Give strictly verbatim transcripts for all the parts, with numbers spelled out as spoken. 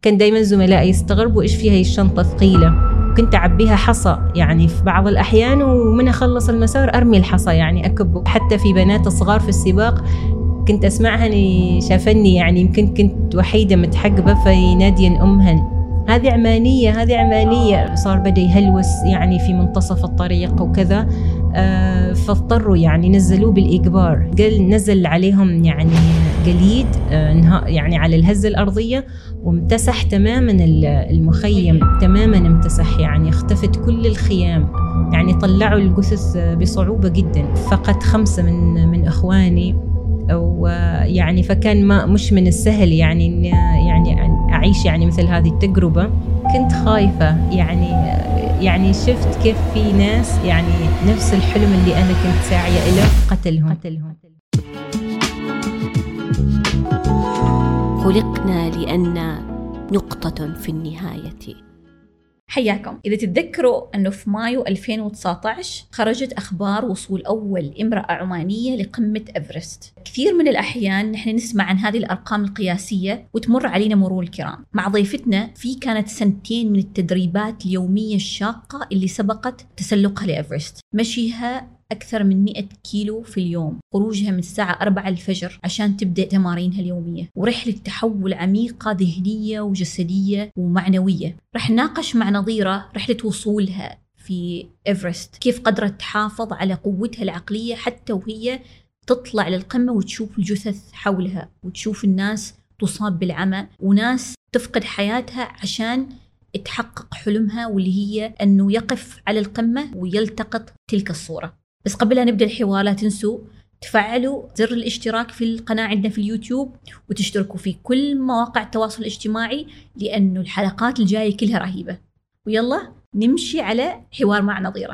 كان دايما زملائي يستغربوا إيش فيها الشنطة ثقيلة. كنت أعبيها حصى يعني في بعض الأحيان، ومن أخلص المسار أرمي الحصى يعني أكبه. حتى في بنات صغار في السباق كنت أسمعها إني شافني يعني يمكن كنت وحيدة متحجبة فينادين أمهن هذه عمانية هذه عمانية. صار بدأ يهلوس يعني في منتصف الطريق وكذا، آه فاضطروا يعني نزلوه بالإجبار. قال نزل عليهم يعني جليد آه يعني على الهزة الأرضية، وامتسح تماما المخيم، تماما امتسح يعني اختفت كل الخيام. يعني طلعوا الجثث بصعوبة جدا. فقد خمسة من من إخواني، أو يعني فكان ما مش من السهل يعني يعني أعيش يعني مثل هذه التجربة. كنت خايفة يعني يعني شفت كيف في ناس يعني نفس الحلم اللي أنا كنت ساعية إليه قتلهم. قتلهم. خلقنا لأن نقطة في النهاية. حياكم. إذا تتذكروا أنه في مايو ألفين وتسعة عشر خرجت أخبار وصول أول امرأة عمانية لقمة إيفرست. كثير من الأحيان نحن نسمع عن هذه الأرقام القياسية وتمر علينا مرور الكرام. مع ضيفتنا في كانت سنتين من التدريبات اليومية الشاقة اللي سبقت تسلقها لإيفرست. مشيها أكثر من مئة كيلو في اليوم، خروجها من الساعة أربعة الفجر عشان تبدأ تمارينها اليومية، ورحلة تحول عميقة ذهنية وجسدية ومعنوية. رح نناقش مع نظيرة رحلة وصولها في إيفرست، كيف قدرت تحافظ على قوتها العقلية حتى وهي تطلع للقمة وتشوف الجثث حولها، وتشوف الناس تصاب بالعمى، وناس تفقد حياتها عشان تحقق حلمها واللي هي أنه يقف على القمة ويلتقط تلك الصورة. بس قبل أن نبدأ الحوار لا تنسوا تفعلوا زر الاشتراك في القناة عندنا في اليوتيوب، وتشتركوا في كل مواقع التواصل الاجتماعي لأنه الحلقات الجاية كلها رهيبة. ويلا نمشي على حوار مع نظيرة.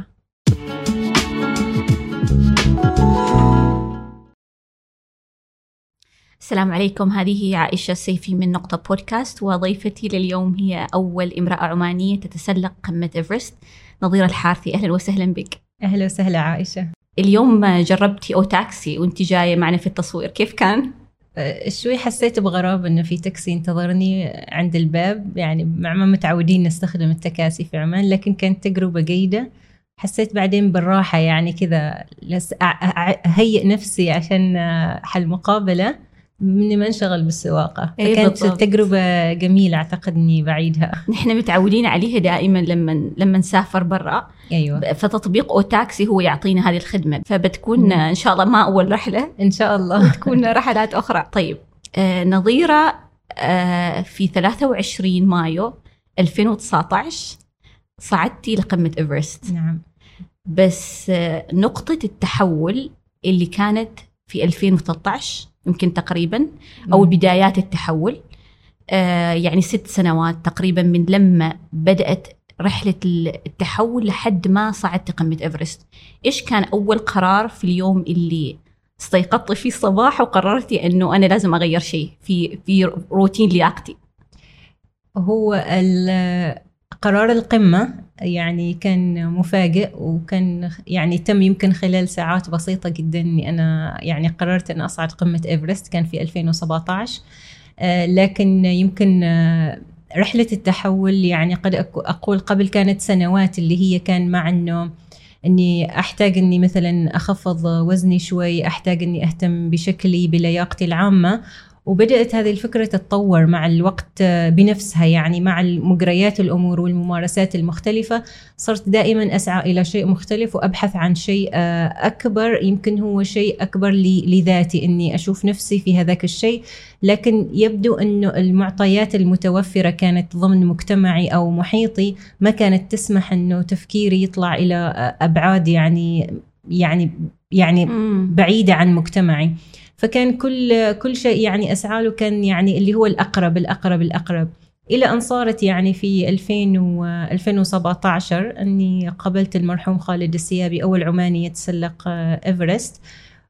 السلام عليكم، هذه عائشة السيفي من نقطة بودكاست، وضيفتي لليوم هي أول امرأة عمانية تتسلق قمة إيفرست، نظيرة الحارثي. أهلا وسهلا بك. أهلا وسهلا عائشة. اليوم جربتي أو تاكسي وانت جاية معنا في التصوير، كيف كان؟ شوي حسيت بغرابة إنه في تاكسي انتظرني عند الباب، يعني مع ما متعودين نستخدم التكاسي في عمان، لكن كانت تجربة جيدة. حسيت بعدين بالراحة يعني كذا أهيئ نفسي عشان حل مقابلة من ما انشغل بالسواقة. أيه فكانت بالضبط. تجربة جميلة، أعتقد إني بعيدها. نحن متعودين عليها دائما لما لما نسافر برا. أيوة. فتطبيق أو تاكسي هو يعطينا هذه الخدمة، فبتكون مم. إن شاء الله ما أول رحلة، إن شاء الله تكون رحلات أخرى. طيب آه نظيرة، آه في ثلاثة وعشرين مايو ألفين وتسعة عشر صعدتي لقمة إيفرست. نعم. بس آه نقطة التحول اللي كانت في ألفين وثلاثة عشر يمكن تقريبا، أو بدايات التحول، آه يعني ست سنوات تقريبا من لما بدأت رحلة التحول لحد ما صعدت قمة إيفرست. إيش كان أول قرار في اليوم اللي استيقظتي فيه الصباح وقررتي أنه أنا لازم أغير شيء في في روتين لياقتي؟ هو قرار القمة يعني كان مفاجئ، وكان يعني تم يمكن خلال ساعات بسيطة جدا إني أنا يعني قررت أن أصعد قمة إيفرست. كان في ألفين وسبعة عشر، آه لكن يمكن آه رحلة التحول يعني قد أقول قبل كانت سنوات، اللي هي كان مع أنه أني أحتاج أني مثلا أخفض وزني شوي، أحتاج أني أهتم بشكلي بلياقتي العامة. وبدأت هذه الفكرة تتطور مع الوقت بنفسها، يعني مع مجريات الأمور والممارسات المختلفة صرت دائما أسعى إلى شيء مختلف وأبحث عن شيء أكبر، يمكن هو شيء أكبر لذاتي، أني أشوف نفسي في هذاك الشيء. لكن يبدو أنه المعطيات المتوفرة كانت ضمن مجتمعي أو محيطي ما كانت تسمح أنه تفكيري يطلع إلى أبعاد يعني يعني يعني بعيدة عن مجتمعي. فكان كل كل شيء يعني أسعى له كان يعني اللي هو الأقرب الأقرب الأقرب، إلى أن صارت يعني في ألفين وسبعة عشر أني قابلت المرحوم خالد السيابي، أول عماني يتسلق إيفرست،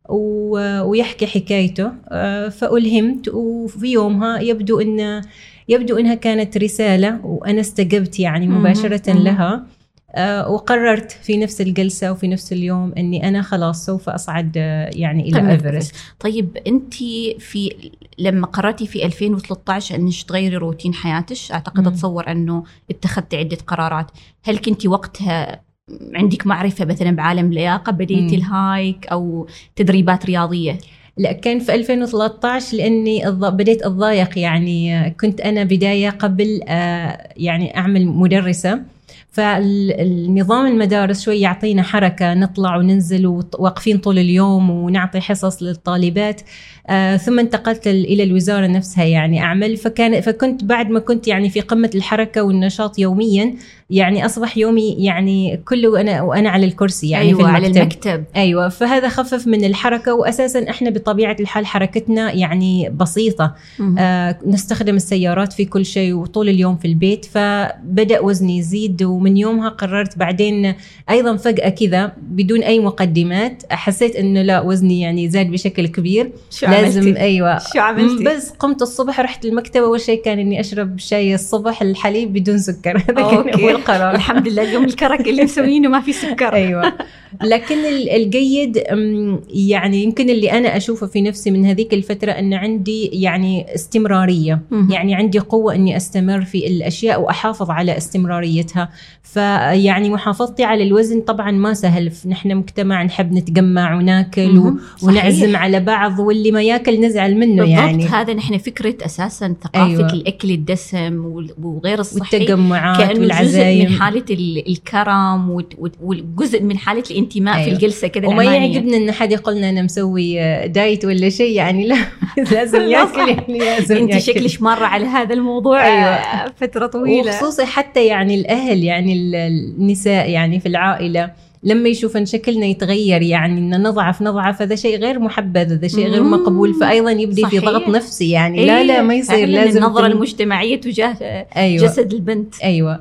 ويحكي حكايته. فألهمت، وفي يومها يبدو أن يبدو أنها كانت رسالة، وأنا استجبت يعني مباشرة لها. آه وقررت في نفس الجلسة وفي نفس اليوم أني أنا خلاص سوف أصعد آه يعني إلى إيفرست. طيب أنت في لما قررتي في ألفين وثلاثة عشر أنك تغيري روتين حياتك، أعتقد م. أتصور أنه اتخذت عدة قرارات، هل كنتي وقتها عندك معرفة مثلا بعالم اللياقة، بديتي الهايك أو تدريبات رياضية؟ لا، كان في ألفين وثلاثة عشر لأني بديت أتضايق، يعني كنت أنا بداية قبل يعني أعمل مدرسة، فالنظام المدارس شوي يعطينا حركة، نطلع وننزل وواقفين طول اليوم ونعطي حصص للطالبات. آه ثم انتقلت إلى الوزارة نفسها يعني أعمل، فكان فكنت بعد ما كنت يعني في قمة الحركة والنشاط يوميا، يعني أصبح يومي يعني كله وأنا وأنا على الكرسي يعني أيوة في المكتب. على المكتب. أيوة، فهذا خفف من الحركة، وأساسا إحنا بطبيعة الحال حركتنا يعني بسيطة، آه نستخدم السيارات في كل شيء وطول اليوم في البيت، فبدأ وزني يزيد. ومن يومها قررت بعدين أيضا فجأة كذا بدون أي مقدمات حسيت إنه لا، وزني يعني زاد بشكل كبير. لازم عملتي؟ أيوة، شو عملتي؟ بس قمت الصبح رحت المكتب، أول شيء كان إني أشرب شاي الصبح الحليب بدون سكر. هذا كان أول قرار. الحمد لله اليوم الكرك اللي مسوينه ما في سكر. أيوة. لكن الجيد يعني يمكن اللي أنا أشوفه في نفسي من هذيك الفترة أن عندي يعني استمرارية، يعني عندي قوة أني أستمر في الأشياء وأحافظ على استمراريتها. فيعني محافظتي على الوزن طبعا ما سهل، نحن مجتمع نحب نتجمع وناكل ونعزم على بعض، واللي ما ياكل نزعل منه. بالضبط. يعني هذا نحن فكرة أساسا ثقافة أيوة. الأكل الدسم وغير الصحي والتجمعات والعزايم، جزء من حالة الكرم وجزء من حالة الانتماء أيوة. في الجلسة كده. وما يعجبنا إن حد يقولنا أنا مسوي دايت ولا شيء، يعني لا لازم يأكل، يعني لازم أنت يأكل. شكلش مرة على هذا الموضوع أيوة. فترة طويلة، وخصوصا حتى يعني الأهل، يعني النساء يعني في العائلة لما يشوفن شكلنا يتغير، يعني إن نضعف نضعف، هذا شيء غير محبذ، هذا شيء غير مقبول، فأيضا يبدي صحيح. في ضغط نفسي يعني. إيه؟ لا لا ما يصير، لازم النظرة المجتمعية تجاه أيوة. جسد البنت. أيوة.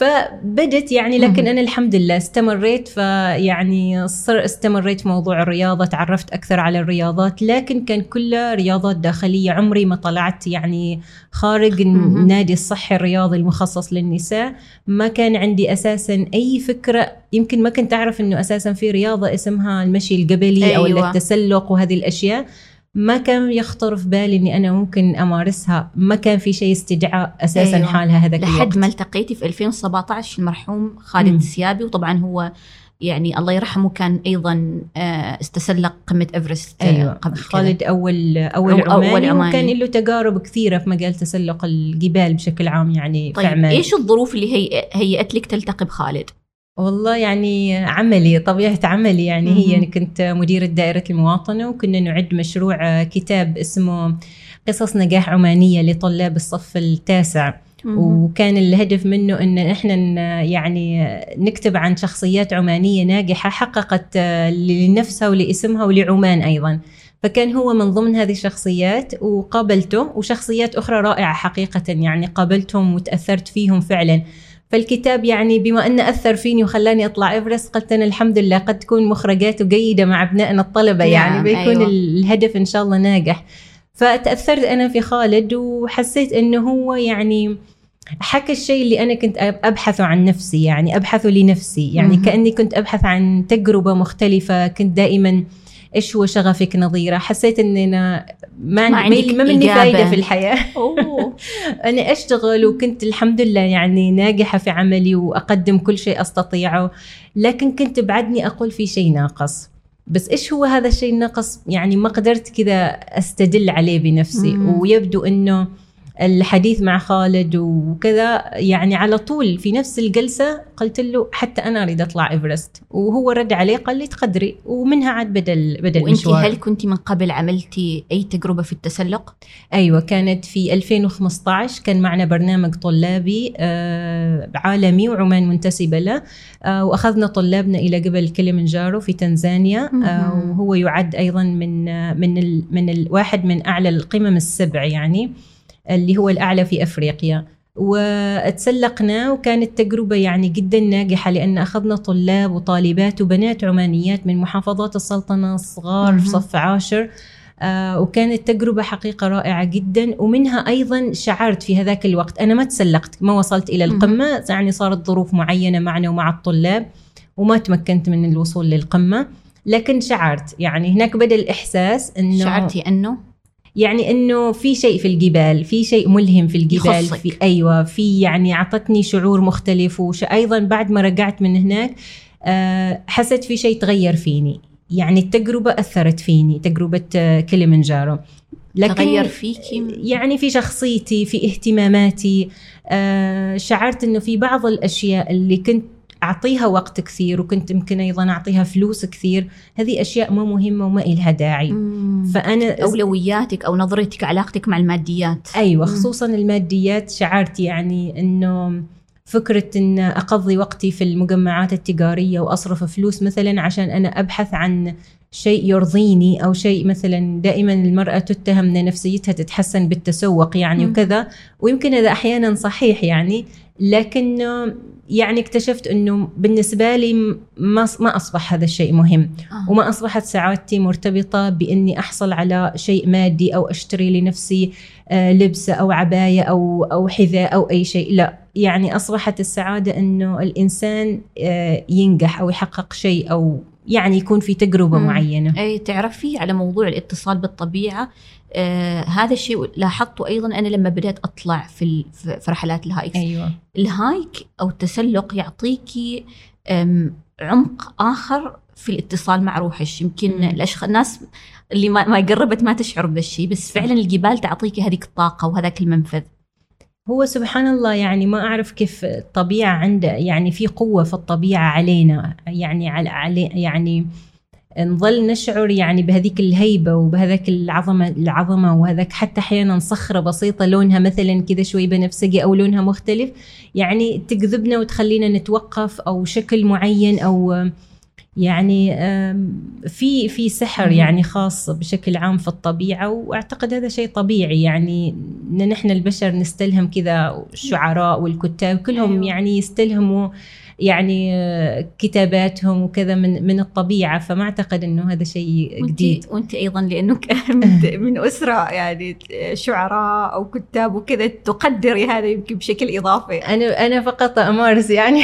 فبدت يعني، لكن أنا الحمد لله استمريت، فيعني صر استمريت في موضوع الرياضة، تعرفت أكثر على الرياضات، لكن كان كلها رياضات داخلية. عمري ما طلعت يعني خارج النادي الصحي الرياضي المخصص للنساء، ما كان عندي أساسا أي فكرة. يمكن ما كنت أعرف أنه أساسا في رياضة اسمها المشي الجبلي أيوة. أو التسلق وهذه الأشياء، ما كان يخطر في بالي إني أنا ممكن أمارسها، ما كان في شيء استدعاء أساساً أيوة. حالها هذا لحد الوقت. ما التقيتي في ألفين وسبعة عشر المرحوم خالد مم. السيابي، وطبعاً هو يعني الله يرحمه كان أيضاً استسلق قمة إيفرست. أيوة. قبل خالد أول أول, أول عماني، عماني، وكان له تجارب كثيرة في مجال تسلق الجبال بشكل عام يعني. طيب في إيش الظروف اللي هي هيئت لك تلتقي بخالد؟ والله يعني عملي، طبيعة عملي يعني. مم. هي أنا كنت مديرة دائرة المواطنة، وكنا نعد مشروع كتاب اسمه قصص نجاح عمانية لطلاب الصف التاسع. مم. وكان الهدف منه أن إحنا يعني نكتب عن شخصيات عمانية ناجحة حققت لنفسها ولاسمها ولعمان أيضا. فكان هو من ضمن هذه الشخصيات، وقابلته، وشخصيات أخرى رائعة حقيقة يعني قابلتهم وتأثرت فيهم فعلا. فالكتاب يعني بما أنه أثر فيني وخلاني أطلع إيفرست، قلت أنا الحمد لله قد تكون مخرجاته جيدة مع أبنائنا الطلبة يعني نعم. بيكون أيوة. الهدف إن شاء الله ناجح. فتأثرت أنا في خالد، وحسيت أنه هو يعني حكى الشيء اللي أنا كنت أبحثه عن نفسي، يعني أبحثه لنفسي، يعني م- كأني كنت أبحث عن تجربة مختلفة. كنت دائما إيش هو شغفك نظيرة، حسيت إننا ما, ما عندي ما مني فايدة في الحياة. أوه. أنا أشتغل وكنت الحمد لله يعني ناجحة في عملي وأقدم كل شيء أستطيعه، لكن كنت بعدني أقول في شيء ناقص. بس إيش هو هذا الشيء الناقص؟ يعني ما قدرت كذا أستدل عليه بنفسي. مم. ويبدو أنه الحديث مع خالد وكذا يعني على طول في نفس الجلسة قلت له حتى أنا أريد أطلع إيفرست، وهو رد عليه قال لي تقدري، ومنها عاد بدل بدل المشوار. وأنت هل كنت من قبل عملتي أي تجربة في التسلق؟ أيوة، كانت في ألفين وخمسة عشر كان معنا برنامج طلابي عالمي وعمان منتسبة له، وأخذنا طلابنا إلى جبل كليمنجارو في تنزانيا، وهو يعد أيضا من من ال من الواحد من أعلى القمم السبع يعني، اللي هو الأعلى في أفريقيا. واتسلقنا، وكانت تجربة يعني جدا ناجحة، لأن أخذنا طلاب وطالبات وبنات عمانيات من محافظات السلطنة الصغار في صف عاشر، آه وكانت تجربة حقيقة رائعة جدا. ومنها أيضا شعرت في هذاك الوقت أنا ما تسلقت، ما وصلت إلى القمة، يعني صارت ظروف معينة معنا ومع الطلاب وما تمكنت من الوصول للقمة، لكن شعرت يعني هناك بدأ الإحساس إنه شعرتي إنه يعني إنه في شيء في الجبال، في شيء ملهم في الجبال، يخصك. في أيوة في يعني عطتني شعور مختلف. وأيضا بعد ما رجعت من هناك أه حسيت في شيء تغير فيني، يعني التجربة أثرت فيني، تجربة كليمنجارو. لكن تغير فيكي يعني في شخصيتي، في اهتماماتي. أه شعرت إنه في بعض الأشياء اللي كنت أعطيها وقت كثير وكنت يمكن أيضا أعطيها فلوس كثير، هذه أشياء ما مهمة وما إلها داعي. مم. فأنا أولوياتك أو نظرتك علاقتك مع الماديات. أيوة خصوصا الماديات. شعرت يعني إنه فكرة إن أقضي وقتي في المجمعات التجارية وأصرف فلوس مثلا عشان أنا أبحث عن شيء يرضيني أو شيء مثلا، دائما المرأة تتهم أن نفسيتها تتحسن بالتسوق يعني م. وكذا، ويمكن هذا أحيانا صحيح يعني، لكن يعني اكتشفت أنه بالنسبة لي ما ما أصبح هذا الشيء مهم. آه. وما أصبحت سعادتي مرتبطة بإني أحصل على شيء مادي أو أشتري لنفسي لبسة أو عباية أو أو حذاء أو أي شيء، لا. يعني أصبحت السعادة أنه الإنسان ينجح أو يحقق شيء أو يعني يكون في تجربة مم. معينة. أي تعرفي على موضوع الاتصال بالطبيعة، آه هذا الشيء لاحظته أيضا أنا لما بدأت أطلع في في رحلات الهايك. أيوة. الهايك أو التسلق يعطيكي عمق آخر في الاتصال مع روحك. يمكن الأشخاص الناس اللي ما ما قربت ما تشعر بالشيء، بس فعلا الجبال تعطيكي هذيك الطاقة وهذاك المنفذ. هو سبحان الله يعني ما أعرف كيف الطبيعة عنده، يعني في قوة في الطبيعة علينا، يعني على علي يعني نظل نشعر يعني بهذيك الهيبة وبهذاك العظمة العظمة وهذاك حتى أحيانا صخرة بسيطة لونها مثلا كذا شوي بنفسجي أو لونها مختلف، يعني تجذبنا وتخلينا نتوقف، أو شكل معين أو يعني في في سحر يعني خاص بشكل عام في الطبيعة. وأعتقد هذا شيء طبيعي، يعني إن نحن البشر نستلهم كذا، الشعراء والكتاب كلهم يعني يستلهموا يعني كتاباتهم وكذا من من الطبيعة. فما أعتقد إنه هذا شيء جديد. وأنت أيضا لأنه من أسرة يعني شعراء أو كتاب وكذا تقدري هذا يمكن بشكل إضافي. أنا أنا فقط أمارس يعني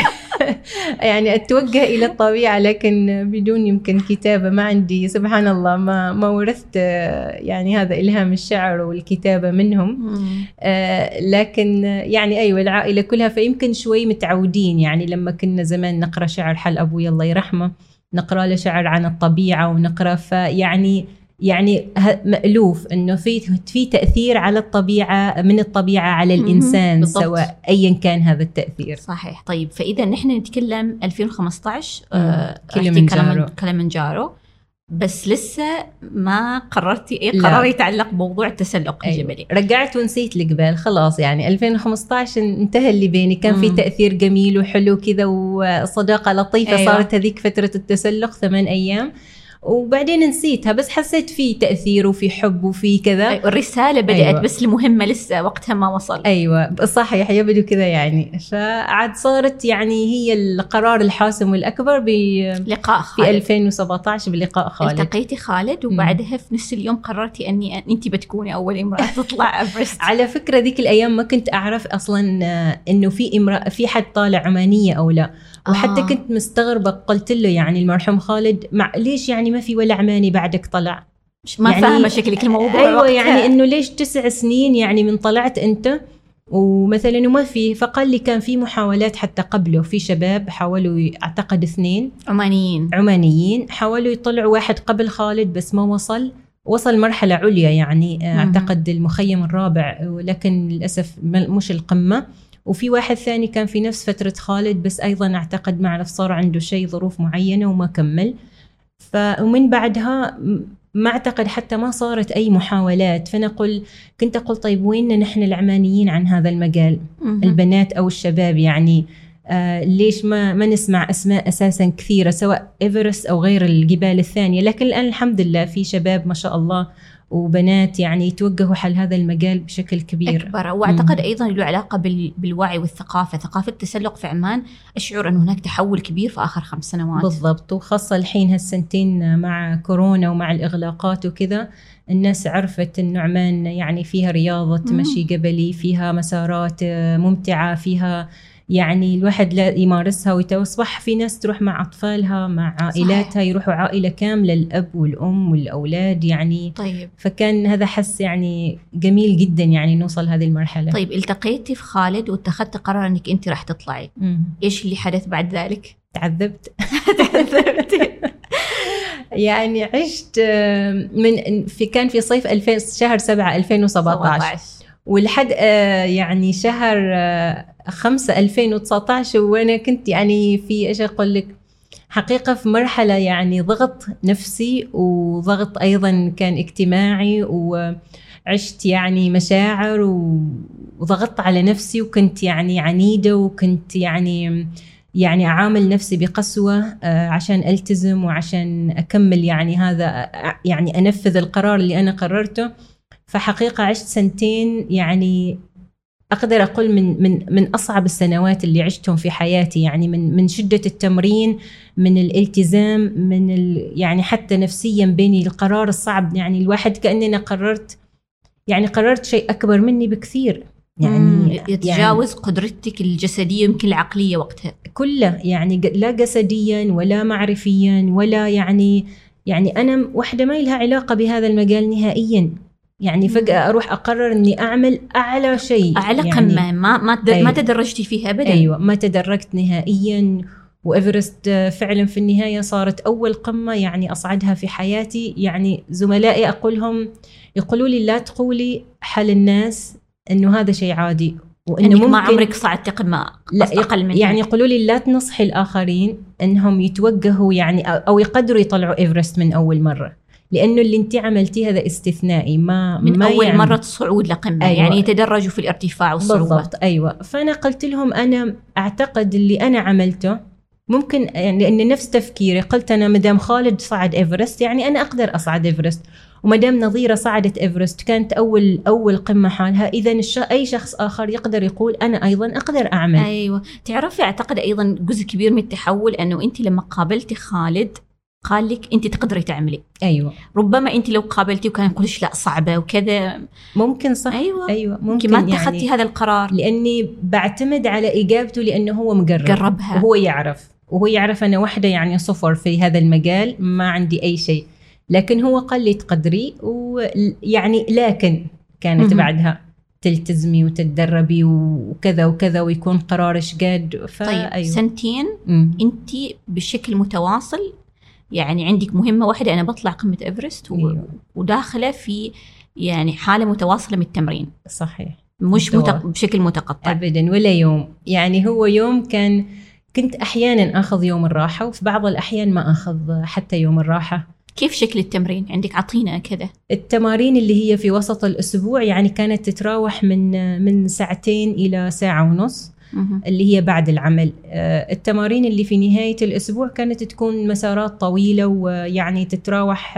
يعني أتوجه إلى الطبيعة، لكن بدون يمكن كتابة. ما عندي سبحان الله ما ما ورثت يعني هذا إلهام الشعر والكتابة منهم. آه لكن يعني أيوة العائلة كلها، فيمكن شوي متعودين. يعني لما كنا زمان نقرأ شعر حل أبوي الله يرحمه، نقرأ له شعر عن الطبيعة ونقرأ، فيعني يعني مألوف إنه في في تأثير على الطبيعة من الطبيعة على الإنسان بالضبط. سواء أيا كان هذا التأثير. صحيح. طيب فإذا نحن نتكلم ألفين وخمسة عشر آه كليمنجارو كليمنجارو بس لسه ما قررتي ايه قرار يتعلق بموضوع التسلق الجبلي. أيوة. رجعت ونسيت الجبال خلاص، يعني ألفين وخمسة عشر انتهى اللي بيني، كان في تأثير جميل وحلو كذا وصداقة لطيفة. أيوة. صارت هذيك فترة التسلق ثمان أيام وبعدين نسيتها، بس حسيت في تأثير وفي حب وفي كذا. أيوة. الرسالة بدأت. أيوة. بس المهمة لسه وقتها ما وصل. أيوة صحيح يبدو كذا يعني. فعاد صارت يعني هي القرار الحاسم والأكبر بلقاء خالد في ألفين وسبعة عشر بلقاء خالد. التقيتي خالد وبعدها في نفس اليوم قررتي أني أنت بتكوني أول امرأة تطلع أفرست. على فكرة ذيك الأيام ما كنت أعرف أصلا إنه في امرأة في حد طالع عمانية أو لا، وحتى آه. كنت مستغربة. قلت له يعني المرحوم خالد مع ليش يعني ما في ولا عماني بعدك طلع؟ ما يعني فاهمة شكلك الموضوع. أيوة وقتها. يعني إنه ليش تسع سنين يعني من طلعت أنت ومثلا وما في. فقال لي كان في محاولات حتى قبله، في شباب حاولوا أعتقد اثنين عمانيين عمانيين حاولوا يطلعوا، واحد قبل خالد بس ما وصل وصل مرحلة عليا يعني م- أعتقد المخيم الرابع، ولكن للأسف مش القمة. وفي واحد ثاني كان في نفس فترة خالد بس أيضا أعتقد ما أعرف صار عنده شيء ظروف معينة وما كمل. فمن بعدها ما أعتقد حتى ما صارت أي محاولات. فأنا قل كنت أقول طيب وين نحن العمانيين عن هذا المجال؟ م- البنات أو الشباب يعني آه ليش ما ما نسمع أسماء أساسا كثيرة سواء إيفرست أو غير الجبال الثانية. لكن الآن الحمد لله في شباب ما شاء الله وبنات يعني يتوجهوا حل هذا المجال بشكل كبير أكبر. وأعتقد مم. أيضا له علاقة بالوعي والثقافة، ثقافة التسلق في عمان. أشعر أن هناك تحول كبير في آخر خمس سنوات. بالضبط، وخاصة الحين هالسنتين مع كورونا ومع الإغلاقات وكذا، الناس عرفت إنه عمان يعني فيها رياضة مشي جبلي، فيها مسارات ممتعة، فيها يعني الواحد لا يمارسها ويتصبح. في ناس تروح مع أطفالها مع عائلاتها، صحيح. يروحوا عائلة كاملة، الأب والأم والأولاد يعني. طيب. فكان هذا حس يعني جميل جدا يعني نوصل هذه المرحلة. طيب التقيتي في خالد واتخذت قرار أنك أنت راح تطلعي، مم. إيش اللي حدث بعد ذلك؟ تعذبت. تعذبت. يعني عشت من في كان في صيف ألفين شهر سبعة ألفين وسبعة عشر ولحد يعني شهر خمسة ألفين وتسعة عشر وأنا كنت يعني في إيش أقول لك، حقيقة في مرحلة يعني ضغط نفسي وضغط أيضا كان اجتماعي، وعشت يعني مشاعر وضغطت على نفسي، وكنت يعني عنيدة، وكنت يعني يعني أعامل نفسي بقسوة عشان ألتزم وعشان أكمل يعني هذا يعني أنفذ القرار اللي أنا قررته. فحقيقة عشت سنتين يعني أقدر أقول من من من أصعب السنوات اللي عشتهم في حياتي، يعني من من شدة التمرين، من الالتزام، من ال يعني حتى نفسيا بيني القرار الصعب. يعني الواحد كأننا قررت يعني قررت شيء أكبر مني بكثير، يعني يتجاوز يعني قدرتك الجسدية يمكن العقلية وقتها كله، يعني لا جسديا ولا معرفيا ولا يعني يعني أنا واحدة ما لها علاقة بهذا المجال نهائيا. يعني فجأة أروح أقرر إني أعمل أعلى شيء، أعلى يعني قمة ما ما أيوة. ما تدرجتي فيها أبدا. أيوة ما تدرجت نهائيا. وإيفرست فعلا في النهاية صارت أول قمة يعني أصعدها في حياتي. يعني زملائي أقولهم يقولوا لي لا تقولي حل الناس إنه هذا شيء عادي، وإنه ممكن ما عمرك صعدت قمة أقل منها. يعني يقولوا لي لا تنصحي الآخرين إنهم يتوجهوا يعني أو يقدروا يطلعوا إيفرست من أول مرة، لأنه اللي انت عملتيه هذا استثنائي، ما من ما أول يعني مرة صعود لقمة. أيوة. يعني يتدرجوا في الارتفاع والصعوبات. بالضبط. أيوة. فأنا قلت لهم أنا أعتقد اللي أنا عملته ممكن، يعني لأن نفس تفكيري قلت أنا مدام خالد صعد إيفرست يعني أنا أقدر أصعد إيفرست، ومدام نظيرة صعدت إيفرست كانت أول أول قمة حالها، إذا الش... أي شخص آخر يقدر يقول أنا أيضا أقدر أعمل. أيوة. تعرفي أعتقد أيضا جزء كبير من التحول أنه أنت لما قابلتي خالد قال لك أنت تقدري تعملي. أيوة. ربما أنت لو قابلتي وكان يقولش لا صعبة وكذا ممكن صح. أيوة. أيوة. ممكن ما اتخذتي يعني هذا القرار، لأني بعتمد على إجابته، لأنه هو مجرب جربها وهو يعرف وهو يعرف أنا واحدة يعني صفر في هذا المجال، ما عندي أي شيء، لكن هو قال لي تقدري. ويعني لكن كانت م- بعدها تلتزمي وتتدربي وكذا وكذا ويكون قرارش جاد. طيب أيوة. سنتين م- أنت بشكل متواصل يعني عندك مهمة واحدة، أنا بطلع قمة إيفرست و... أيوة. وداخلة في يعني حالة متواصلة من التمرين. صحيح. مش متق... بشكل متقطع أبدا ولا يوم. يعني هو يوم كان كنت أحيانا أخذ يوم الراحة، وفي بعض الأحيان ما أخذ حتى يوم الراحة. كيف شكل التمرين عندك؟ عطينا كذا. التمارين اللي هي في وسط الأسبوع يعني كانت تتراوح من من ساعتين إلى ساعة ونص اللي هي بعد العمل. التمارين اللي في نهاية الأسبوع كانت تكون مسارات طويلة، ويعني تتراوح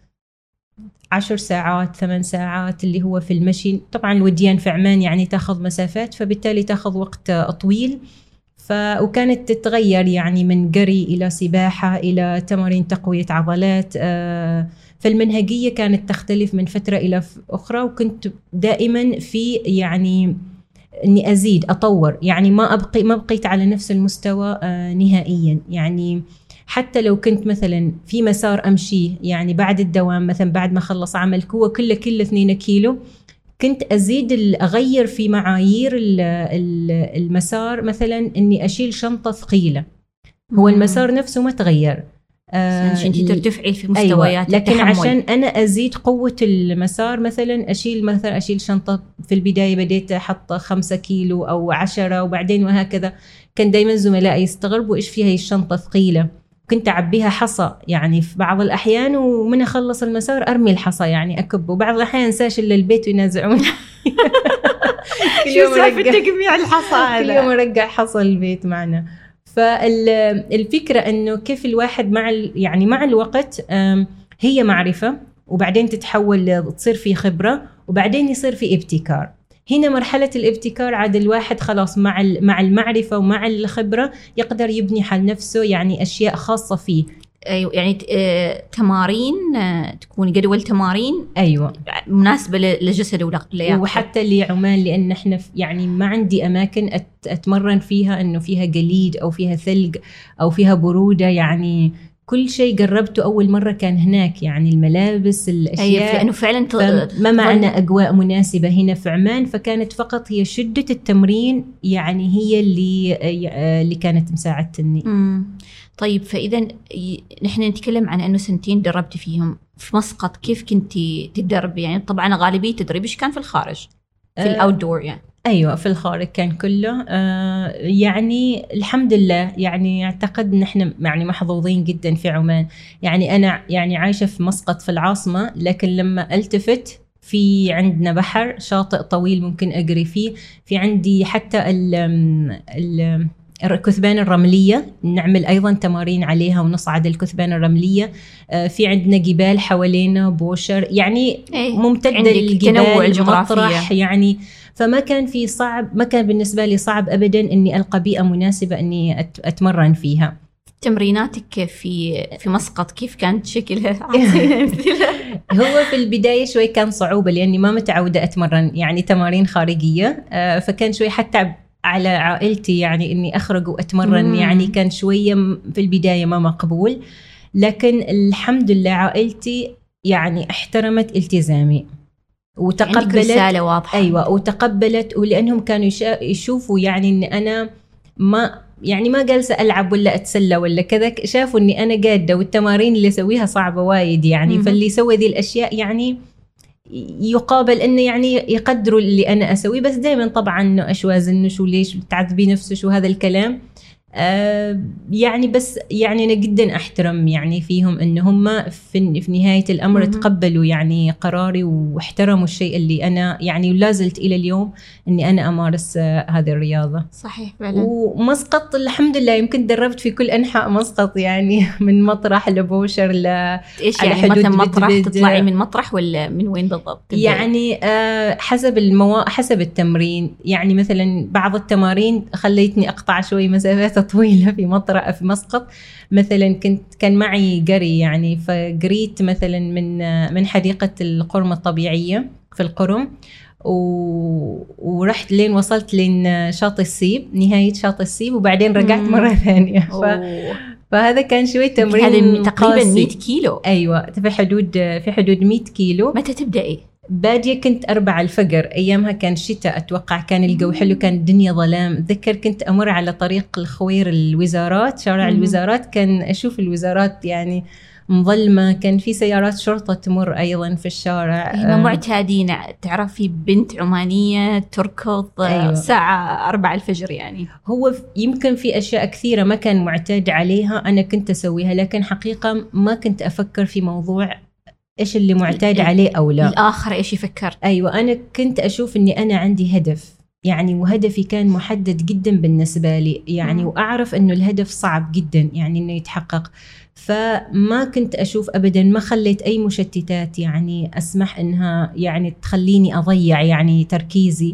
عشر ساعات ثمان ساعات اللي هو في المشي. طبعا الوديان في عمان يعني تأخذ مسافات، فبالتالي تأخذ وقت طويل. ف... وكانت تتغير يعني من جري إلى سباحة إلى تمارين تقوية عضلات. فالمنهجية كانت تختلف من فترة إلى أخرى، وكنت دائما في يعني إني أزيد أطور، يعني ما أبقي ما بقيت على نفس المستوى آه نهائيا. يعني حتى لو كنت مثلا في مسار أمشي يعني بعد الدوام مثلا بعد ما خلص عمل هو كله كله اثنين كيلو، كنت أزيد أغير في معايير المسار، مثلا إني أشيل شنطة ثقيلة. هو المسار نفسه ما تغير عشان آه ترتفعي في مستويات. أيوة. لكن التحمل. عشان أنا أزيد قوة المسار مثلا أشيل مثلا أشيل شنطة في البداية بديت أحط خمسة كيلو أو عشرة وبعدين وهكذا. كان دايما زملائي يستغربوا إيش فيها الشنطة ثقيلة. كنت أعبيها حصى يعني في بعض الأحيان، ومن أخلص المسار أرمي الحصى يعني أكب، وبعض الأحيان أنساش إلا البيت وينازعون. كل يوم أرجع تجميع الحصى، كل يوم أرجع حصى البيت معنا. فالفكرة إنه كيف الواحد مع يعني مع الوقت هي معرفة وبعدين تتحول تصير في خبرة، وبعدين يصير في ابتكار. هنا مرحلة الابتكار عاد الواحد خلاص مع مع المعرفة ومع الخبرة يقدر يبني حل نفسه يعني أشياء خاصة فيه. أيوة يعني آه، تمارين آه، تكون جدول تمارين أيوة مناسبة للجسد ولياقته. وحتى لعمان، لأن احنا يعني ما عندي أماكن أتمرن فيها أنه فيها جليد أو فيها ثلج أو فيها برودة، يعني كل شيء جربته أول مرة كان هناك، يعني الملابس الأشياء. أيوة لأنه فعلا ما معنا أجواء مناسبة هنا في عمان، فكانت فقط هي شدة التمرين يعني هي اللي اللي كانت مساعدتني. مم. طيب فإذا نحن نتكلم عن أنه سنتين دربت فيهم في مسقط، كيف كنتي تدربي؟ يعني طبعا غالبية تدريبش كان في الخارج، في أه الأوتدور يعني. أيوة في الخارج كان كله. آه يعني الحمد لله، يعني أعتقد نحن يعني محظوظين جدا في عمان. يعني أنا يعني عايشة في مسقط في العاصمة، لكن لما التفت في عندنا بحر شاطئ طويل ممكن أجري فيه، في عندي حتى ال ال الكثبان الرملية نعمل أيضا تمارين عليها ونصعد الكثبان الرملية. في عندنا جبال حوالينا بوشر، يعني ممتدة الجبال مطرح يعني، فما كان في صعب، ما كان بالنسبة لي صعب أبدا أني ألقى بيئة مناسبة أني أتمرن فيها. تمريناتك في في مسقط كيف كانت شكلها؟ هو في البداية شوي كان صعوبة لأني ما متعودة أتمرن يعني تمارين خارجية، فكان شوي حتى على عائلتي يعني إني أخرج وأتمرن. مم. يعني كان شوية في البداية ما مقبول، لكن الحمد لله عائلتي يعني احترمت التزامي وتقبلت. رسالة واضحة. أيوة وتقبلت، ولأنهم كانوا يشوفوا يعني إن أنا ما يعني ما جالسة ألعب ولا أتسلى ولا كذا، شافوا إني أنا جادة والتمارين اللي أسويها صعبة وايد يعني. مم. فاللي يسوي ذي الأشياء يعني يقابل إنه يعني يقدروا اللي أنا أسوي، بس دائما طبعا أشوازن شو ليش بتعذبي نفسك وهذا الكلام. آه يعني بس يعني أنا جدا أحترم يعني فيهم إن هم في, في نهاية الأمر تقبلوا يعني قراري واحترموا الشيء اللي أنا يعني لازلت إلى اليوم إني أنا أمارس آه هذه الرياضة. صحيح فعلا. ومسقط الحمد لله يمكن دربت في كل أنحاء مسقط يعني من مطرح لبوشر ل إيش يعني مثلا مطرح بد بد تطلعي من مطرح ولا من وين بالضبط؟ يعني آه حسب الموا حسب التمرين يعني. مثلا بعض التمارين خليتني أقطع شوي مسافات طويلة في مطرح في مسقط. مثلا كنت كان معي قري يعني، فقريت مثلا من من حديقة القرم الطبيعية في القرم، و... ورحت لين وصلت لين شاطئ السيب، نهاية شاطئ السيب، وبعدين رجعت مم. مرة ثانية. ف... فهذا كان شوي تمرين. هذا تقريبا مية كيلو. أيوة في حدود في حدود مية كيلو. متى تبدأي؟ بادية كنت أربعة الفجر، أيامها كان شتاء أتوقع، كان الجو حلو، كان الدنيا ظلام. أتذكر كنت أمر على طريق الخوير الوزارات، شارع مم. الوزارات، كان أشوف الوزارات يعني مظلمة، كان في سيارات شرطة تمر أيضا في الشارع. هم معتادين، تعرفي بنت عمانية تركض أيوة. ساعة أربعة الفجر يعني. هو يمكن في أشياء كثيرة ما كان معتاد عليها أنا كنت أسويها، لكن حقيقة ما كنت أفكر في موضوع إيش اللي معتاد عليه أو لا، الآخر إيش يفكر. أيوة أنا كنت أشوف أني أنا عندي هدف يعني، وهدفي كان محدد جدا بالنسبة لي يعني. مم. وأعرف أنه الهدف صعب جدا يعني أنه يتحقق، فما كنت أشوف أبدا، ما خليت أي مشتتات يعني أسمح أنها يعني تخليني أضيع يعني تركيزي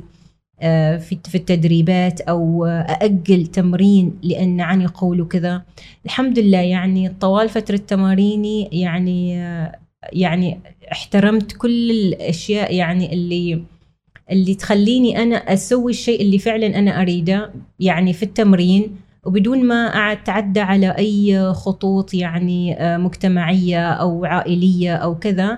في في التدريبات أو أأجل تمرين لأن عني قول وكذا. الحمد لله يعني طوال فترة تماريني يعني يعني احترمت كل الأشياء يعني اللي اللي تخليني أنا أسوي الشيء اللي فعلا أنا أريده يعني في التمرين، وبدون ما أتعدى على أي خطوط يعني مجتمعية أو عائلية أو كذا.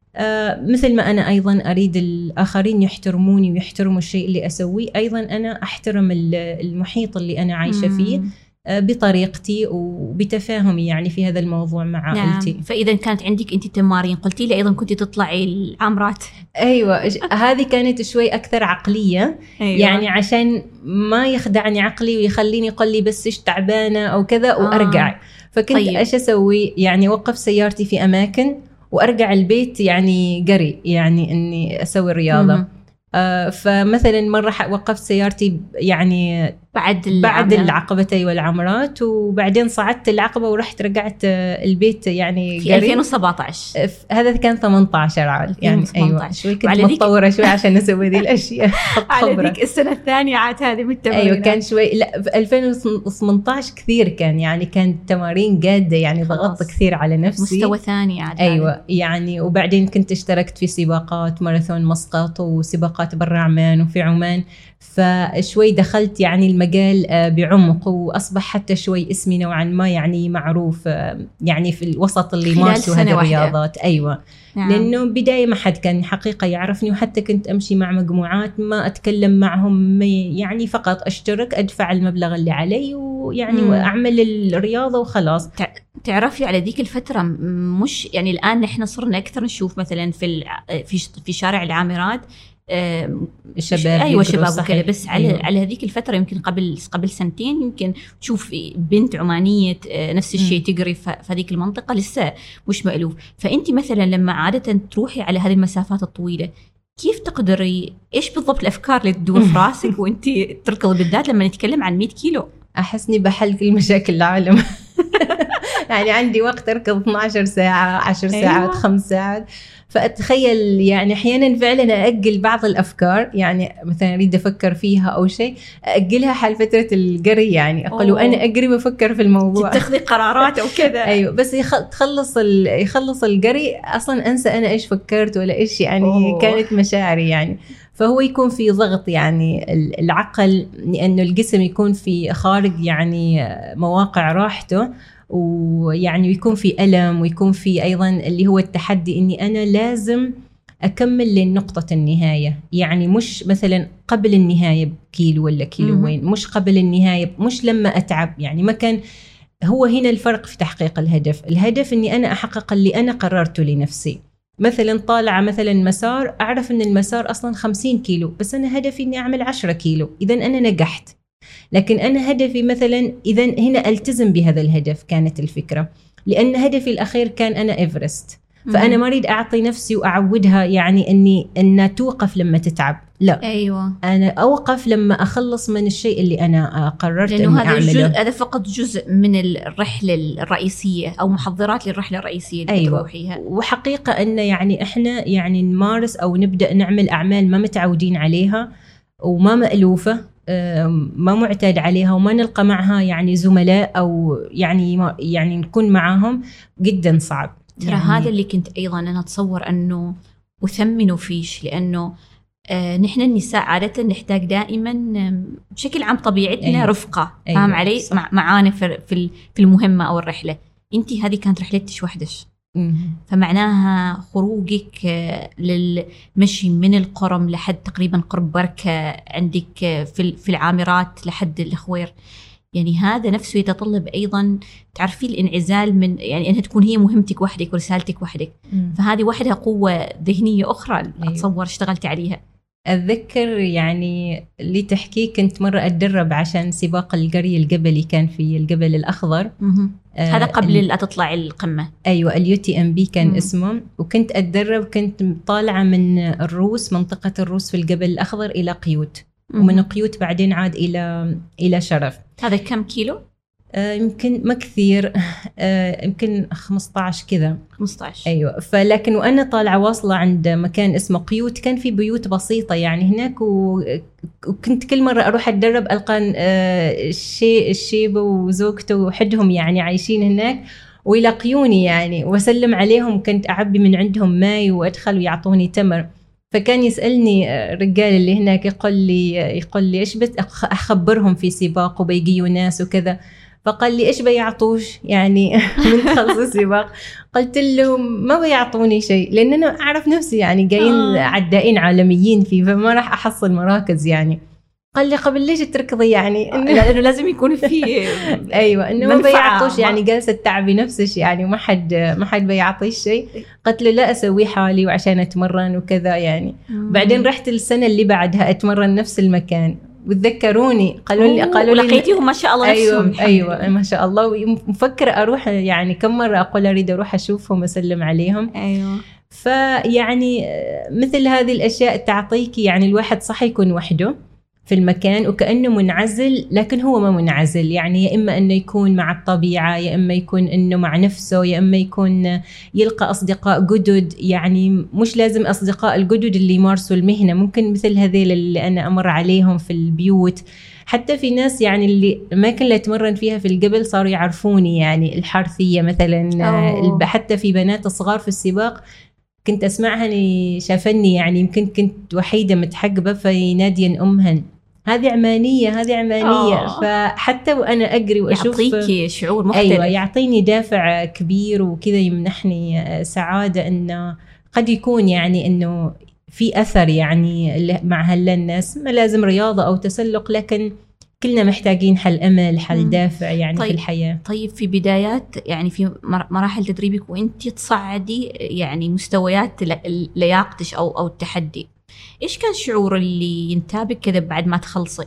مثل ما أنا أيضا أريد الآخرين يحترموني ويحترموا الشيء اللي أسويه، أيضا أنا أحترم المحيط اللي أنا عايشة فيه بطريقتي وبتفاهمي يعني في هذا الموضوع مع عائلتي. نعم. فإذا كانت عندك أنت تمارين، قلتي لي أيضا كنت تطلعي العمرات. أيوة هذه كانت شوي أكثر عقلية. أيوة. يعني عشان ما يخدعني عقلي ويخليني يقول لي بس إيش تعبانة أو كذا وأرجع. آه. فكنت طيب. إيش أسوي يعني، وقف سيارتي في أماكن وأرجع البيت يعني قري يعني إني أسوي الرياضة. م- آه فمثلا مرة وقفت سيارتي يعني بعد بعد العقبتي والعمرات، وبعدين صعدت العقبة ورحت رجعت البيت يعني في ألفين وسبعة عشر. هذا كان ثمانية عشر عاد يعني. أيوة شوي كنت متطورة شوي عشان أسوي ذي الأشياء. على ذيك السنة الثانية عاد هذه من التمارين. أيوة كان شوي. لا في ألفين وثمانية عشر كثير كان يعني كان تمارين جادة يعني ضغطت كثير على نفسي. مستوى ثاني عاد. أيوة هذه. يعني وبعدين كنت اشتركت في سباقات ماراثون مسقط وسباقات برا عمان وفي عمان، فشوي دخلت يعني المجال بعمق، وأصبح حتى شوي اسمي نوعا ما يعني معروف يعني في الوسط اللي يمارسوا هذه الرياضات. أيوة نعم. لأنه بداية ما حد كان حقيقة يعرفني، وحتى كنت أمشي مع مجموعات ما أتكلم معهم يعني فقط أشترك أدفع المبلغ اللي علي ويعني مم. وأعمل الرياضة وخلاص. تعرفي على ذيك الفترة مش يعني الآن نحن صرنا أكثر نشوف مثلا في في في شارع العامرات الشباب ايوه شباب وكذا، بس على أيوة. على هذيك الفتره يمكن قبل قبل سنتين يمكن تشوف بنت عمانيه نفس الشيء تجري في هذيك المنطقه لسه مش مألوف. فانت مثلا لما عاده تروحي على هذه المسافات الطويله كيف تقدري، ايش بالضبط الافكار اللي تدور في راسك وانت تركضي، بالذات لما نتكلم عن مئة كيلو؟ احسني بحل كل مشاكل العالم. يعني عندي وقت اركض اثنتي عشرة ساعه عشر ساعات أيوة. خمس ساعات. فأتخيل يعني أحيانا فعلا أأجل بعض الأفكار، يعني مثلا أريد أفكر فيها أو شيء أأجلها حال فترة الجري، يعني أقول وأنا أجري بفكر في الموضوع تتخذي قرارات أو كذا. أيوة بس يخلص يخلص الجري أصلا أنسى أنا إيش فكرت ولا إيش يعني أوه. كانت مشاعري يعني. فهو يكون في ضغط يعني العقل، لأنه الجسم يكون في خارج يعني مواقع راحته، ويعني يكون في ألم، ويكون في أيضا اللي هو التحدي إني أنا لازم أكمل لنقطة النهاية، يعني مش مثلا قبل النهاية بكيلو ولا كيلوين، مش قبل النهاية، مش لما أتعب يعني. ما كان هو هنا الفرق في تحقيق الهدف. الهدف إني أنا أحقق اللي أنا قررته لنفسي. مثلا طالعة مثلا مسار أعرف إن المسار أصلا خمسين كيلو، بس أنا هدفي إني أعمل عشرة كيلو، إذا أنا نجحت. لكن أنا هدفي مثلا إذا هنا ألتزم بهذا الهدف، كانت الفكرة، لأن هدفي الأخير كان أنا إيفرست. فأنا ما أريد أعطي نفسي وأعودها يعني أني أن توقف لما تتعب، لا أيوة. أنا أوقف لما أخلص من الشيء اللي أنا قررت أني هذا أعمله. جزء هذا فقط جزء من الرحلة الرئيسية أو محضرات للرحلة الرئيسية اللي أيوة. تروحيها. وحقيقة أن يعني إحنا يعني نمارس أو نبدأ نعمل أعمال ما متعودين عليها وما مألوفة، ما معتاد عليها، وما نلقى معها يعني زملاء أو يعني يعني نكون معاهم، جدا صعب. ترى يعني هذا اللي كنت أيضا أنا أتصور أنه أثمنه فيش، لأنه آه نحن النساء عادة نحتاج دائما بشكل عام طبيعتنا أيوة. رفقة أيوة. فاهم علي مع معانا في في المهمة أو الرحلة. أنتي هذه كانت رحلتش وحدش، فمعناها خروجك للمشي من القرم لحد تقريبا قرب بركة عندك في في العامرات لحد الخوير، يعني هذا نفسه يتطلب أيضا تعرفي الانعزال من يعني أنها تكون هي مهمتك وحدك ورسالتك وحدك. مم. فهذه وحدها قوة ذهنية أخرى أتصور اشتغلت عليها. أتذكر يعني اللي تحكي كنت مرة أتدرب عشان سباق الجري الجبلي، كان في الجبل الأخضر. آه هذا قبل لا تطلع القمة. أيوة اليو تي ام بي كان مم. اسمه. وكنت أتدرب، كنت طالعة من الروس، منطقة الروس في الجبل الأخضر إلى قيوت، مم. ومن قيوت بعدين عاد إلى إلى شرف. هذا كم كيلو؟ آه يمكن ما كثير، آه يمكن خمسة عشر كذا. خمسة عشر أيوة. فلكن وأنا طالعة واصلة عند مكان اسمه قيوت كان في بيوت بسيطة يعني هناك، وكنت كل مرة أروح أتدرب ألقى آه الشي الشيبة وزوجته وحدهم يعني عايشين هناك ويلاقيوني يعني وأسلم عليهم، كنت أعبي من عندهم ماي وأدخل ويعطوني تمر. فكان يسألني الرجال اللي هناك يقول لي يقول لي إيش بس أخبرهم في سباق وبيجيوا ناس وكذا. فقال لي إيش بيعطوش يعني من تخلص السباق؟ قلت لهم ما بيعطوني شيء، لأن أنا أعرف نفسي يعني جايين آه. عدائين عالميين فيه، فما راح أحصل مراكز يعني. قال لي قبل ليش تركضي يعني؟ لأنه لازم يكون فيه أيوة إنه ما بيعطوش يعني، جالسة تعبي نفسك يعني وما حد ما حد بيعطيش شيء. قلت له لا أسوي حالي وعشان أتمرن وكذا يعني. بعدين رحت السنة اللي بعدها أتمرن نفس المكان وتذكروني قالوا لي قالوا لي لقيتيهم ما شاء الله نفسهم. أيوة, أيوة ما شاء الله. ومفكرة أروح يعني كم مرة أقول أريد أروح أشوفهم أسلم عليهم. أيوة. فيعني مثل هذه الأشياء تعطيك يعني الواحد صح يكون وحده، في المكان وكأنه منعزل، لكن هو ما منعزل. يعني يا إما أنه يكون مع الطبيعة، يا إما يكون أنه مع نفسه، يا إما يكون يلقى أصدقاء جدد. يعني مش لازم أصدقاء الجدد اللي يمارسوا المهنة، ممكن مثل هذيل اللي أنا أمر عليهم في البيوت. حتى في ناس يعني اللي ما كان يتمرن فيها في القبل صاروا يعرفوني، يعني الحرثية مثلا. أوه. حتى في بنات صغار في السباق كنت أسمعها شافني، يعني يمكن كنت وحيدة متحجبة فينادين أمهن هذه عمانية هذه عمانية. أوه. فحتى وأنا أجري وأشوف يعطيك شعور مختلف. أيوة، يعطيني دافع كبير وكذا، يمنحني سعادة إنه قد يكون يعني إنه في أثر يعني مع هالناس. ما لازم رياضة أو تسلق، لكن كلنا محتاجين حل أمل، حل مم. دافع يعني طيب. في الحياة. طيب في بدايات يعني في مراحل تدريبك وانت تصعدي يعني مستويات لياقتش أو أو التحدي، إيش كان الشعور اللي ينتابك كذا بعد ما تخلصي؟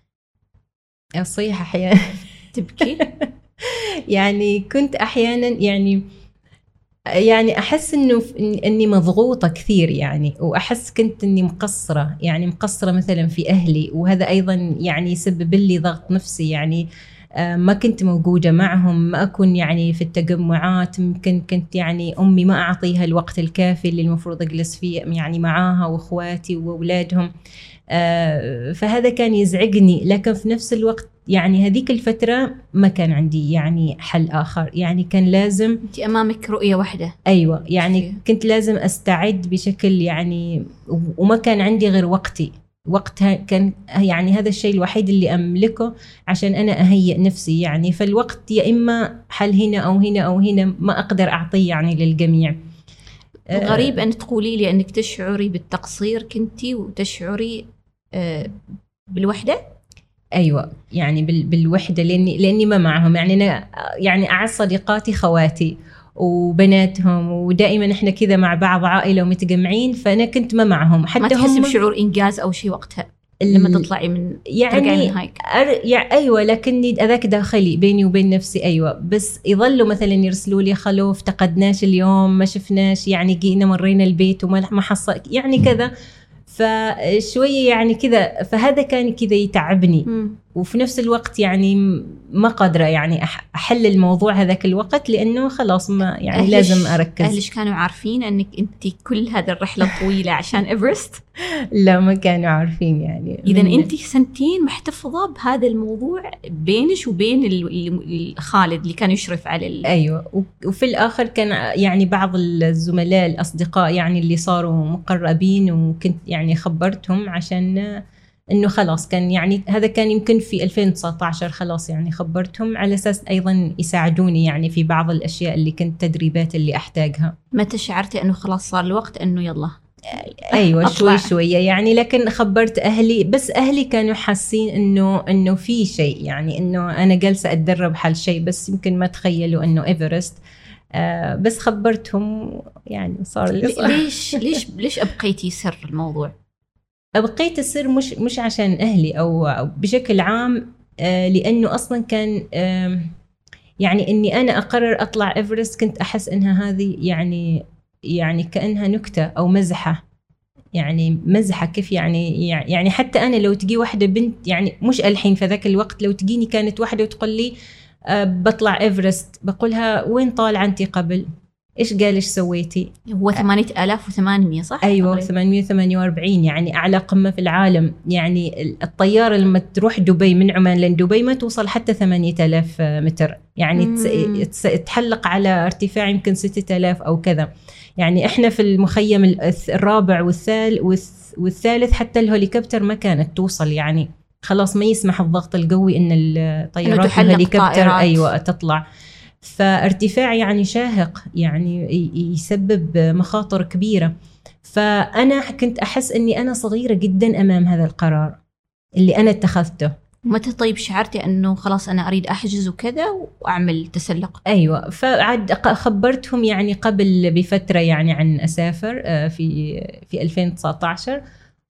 أصيح أحيانا تبكي؟ يعني كنت أحيانا يعني يعني أحس إنه إني مضغوطة كثير يعني، وأحس كنت إني مقصرة، يعني مقصرة مثلا في أهلي، وهذا أيضا يعني يسبب لي ضغط نفسي. يعني ما كنت موجودة معهم، ما أكون يعني في التجمعات، يمكن كنت يعني أمي ما أعطيها الوقت الكافي اللي المفروض أجلس فيه يعني معاها وأخواتي وأولادهم. فهذا كان يزعجني، لكن في نفس الوقت يعني هذيك الفترة ما كان عندي يعني حل آخر، يعني كان لازم. أنت أمامك رؤية واحدة. أيوة، يعني كنت لازم أستعد بشكل يعني، وما كان عندي غير وقتي. وقتها كان يعني هذا الشيء الوحيد اللي أملكه عشان أنا أهيئ نفسي يعني. فالوقت يا إما حل هنا أو هنا أو هنا، ما أقدر أعطيه يعني للجميع. غريب أن تقولي لي أنك تشعري بالتقصير كنتي وتشعري بالوحدة. أيوة، يعني بالوحدة، لأني لأني ما معهم. يعني أنا يعني أعز صديقاتي خواتي وبناتهم، ودائما إحنا كذا مع بعض عائلة ومتجمعين، فأنا كنت ما معهم. حتى ما تحسي هم بشعور إنجاز أو شيء وقتها لما تطلعي من يعني من هايك؟ أر... يعني أيوة، لكني ذاك داخلي بيني وبين نفسي. أيوة، بس يظلوا مثلا يرسلوا لي خلو افتقدناش اليوم، ما شفناش، يعني جينا مرينا البيت وما ما حصل يعني كذا. فشوية يعني كذا، فهذا كان كذا يتعبني. م. وفي نفس الوقت يعني ما قادرة يعني أحل الموضوع هذاك الوقت، لأنه خلاص ما يعني أهلش لازم أركز. أهلش كانوا عارفين أنك أنت كل هذه الرحلة الطويلة عشان إيفرست؟ لا، ما كانوا عارفين يعني. إذن أنت سنتين محتفظة بهذا الموضوع بينش وبين الخالد اللي كان يشرف على ال... أيوة. وفي الآخر كان يعني بعض الزملاء الأصدقاء يعني اللي صاروا مقربين، وكنت يعني خبرتهم عشان إنه خلاص كان يعني هذا كان يمكن في ألفين وتسعة عشر، خلاص يعني خبرتهم على أساس أيضا يساعدوني يعني في بعض الأشياء اللي كنت تدريبات اللي أحتاجها. متى شعرتي إنه خلاص صار الوقت إنه يلا؟ أيوة، شوي شوية يعني. لكن خبرت أهلي، بس أهلي كانوا حاسين إنه إنه في شيء، يعني إنه أنا جالسة أتدرب حال شيء، بس يمكن ما تخيلوا إنه إيفرست. آه بس خبرتهم يعني صار اللي صار. ليش ليش ليش أبقيتي سر الموضوع؟ أبقيت السر مش مش عشان أهلي أو, أو بشكل عام، آه لأنه أصلا كان آه يعني إني أنا أقرر أطلع إيفرست، كنت أحس إنها هذه يعني يعني كأنها نكتة أو مزحة، يعني مزحة كيف يعني. يعني حتى أنا لو تجي واحدة بنت يعني مش الحين في ذاك الوقت، لو تجيني كانت واحدة وتقول لي أه بطلع إيفرست، بقولها وين طالعة أنتي قبل؟ إيش قال إيش سويتي؟ هو ثمانية آلاف وثمانمية صح؟ أيوة، ثمانمية وثمانية وأربعين، يعني أعلى قمة في العالم. يعني الطيارة لما تروح دبي من عمان لين دبي ما توصل حتى ثمانية آلاف متر، يعني تحلق على ارتفاع يمكن ستة آلاف أو كذا. يعني إحنا في المخيم الرابع والثالث حتى الهليكوبتر ما كانت توصل، يعني خلاص ما يسمح الضغط القوي إن الطيارات الهليكوبتر أيوة تطلع. فارتفاع يعني شاهق، يعني يسبب مخاطر كبيرة. فأنا كنت أحس أني أنا صغيرة جدا أمام هذا القرار اللي أنا اتخذته. متى طيب شعرتي أنه خلاص أنا أريد أحجز وكذا وأعمل تسلق؟ أيوة، فعد خبرتهم يعني قبل بفترة يعني عن أسافر في في ألفين وتسعة عشر،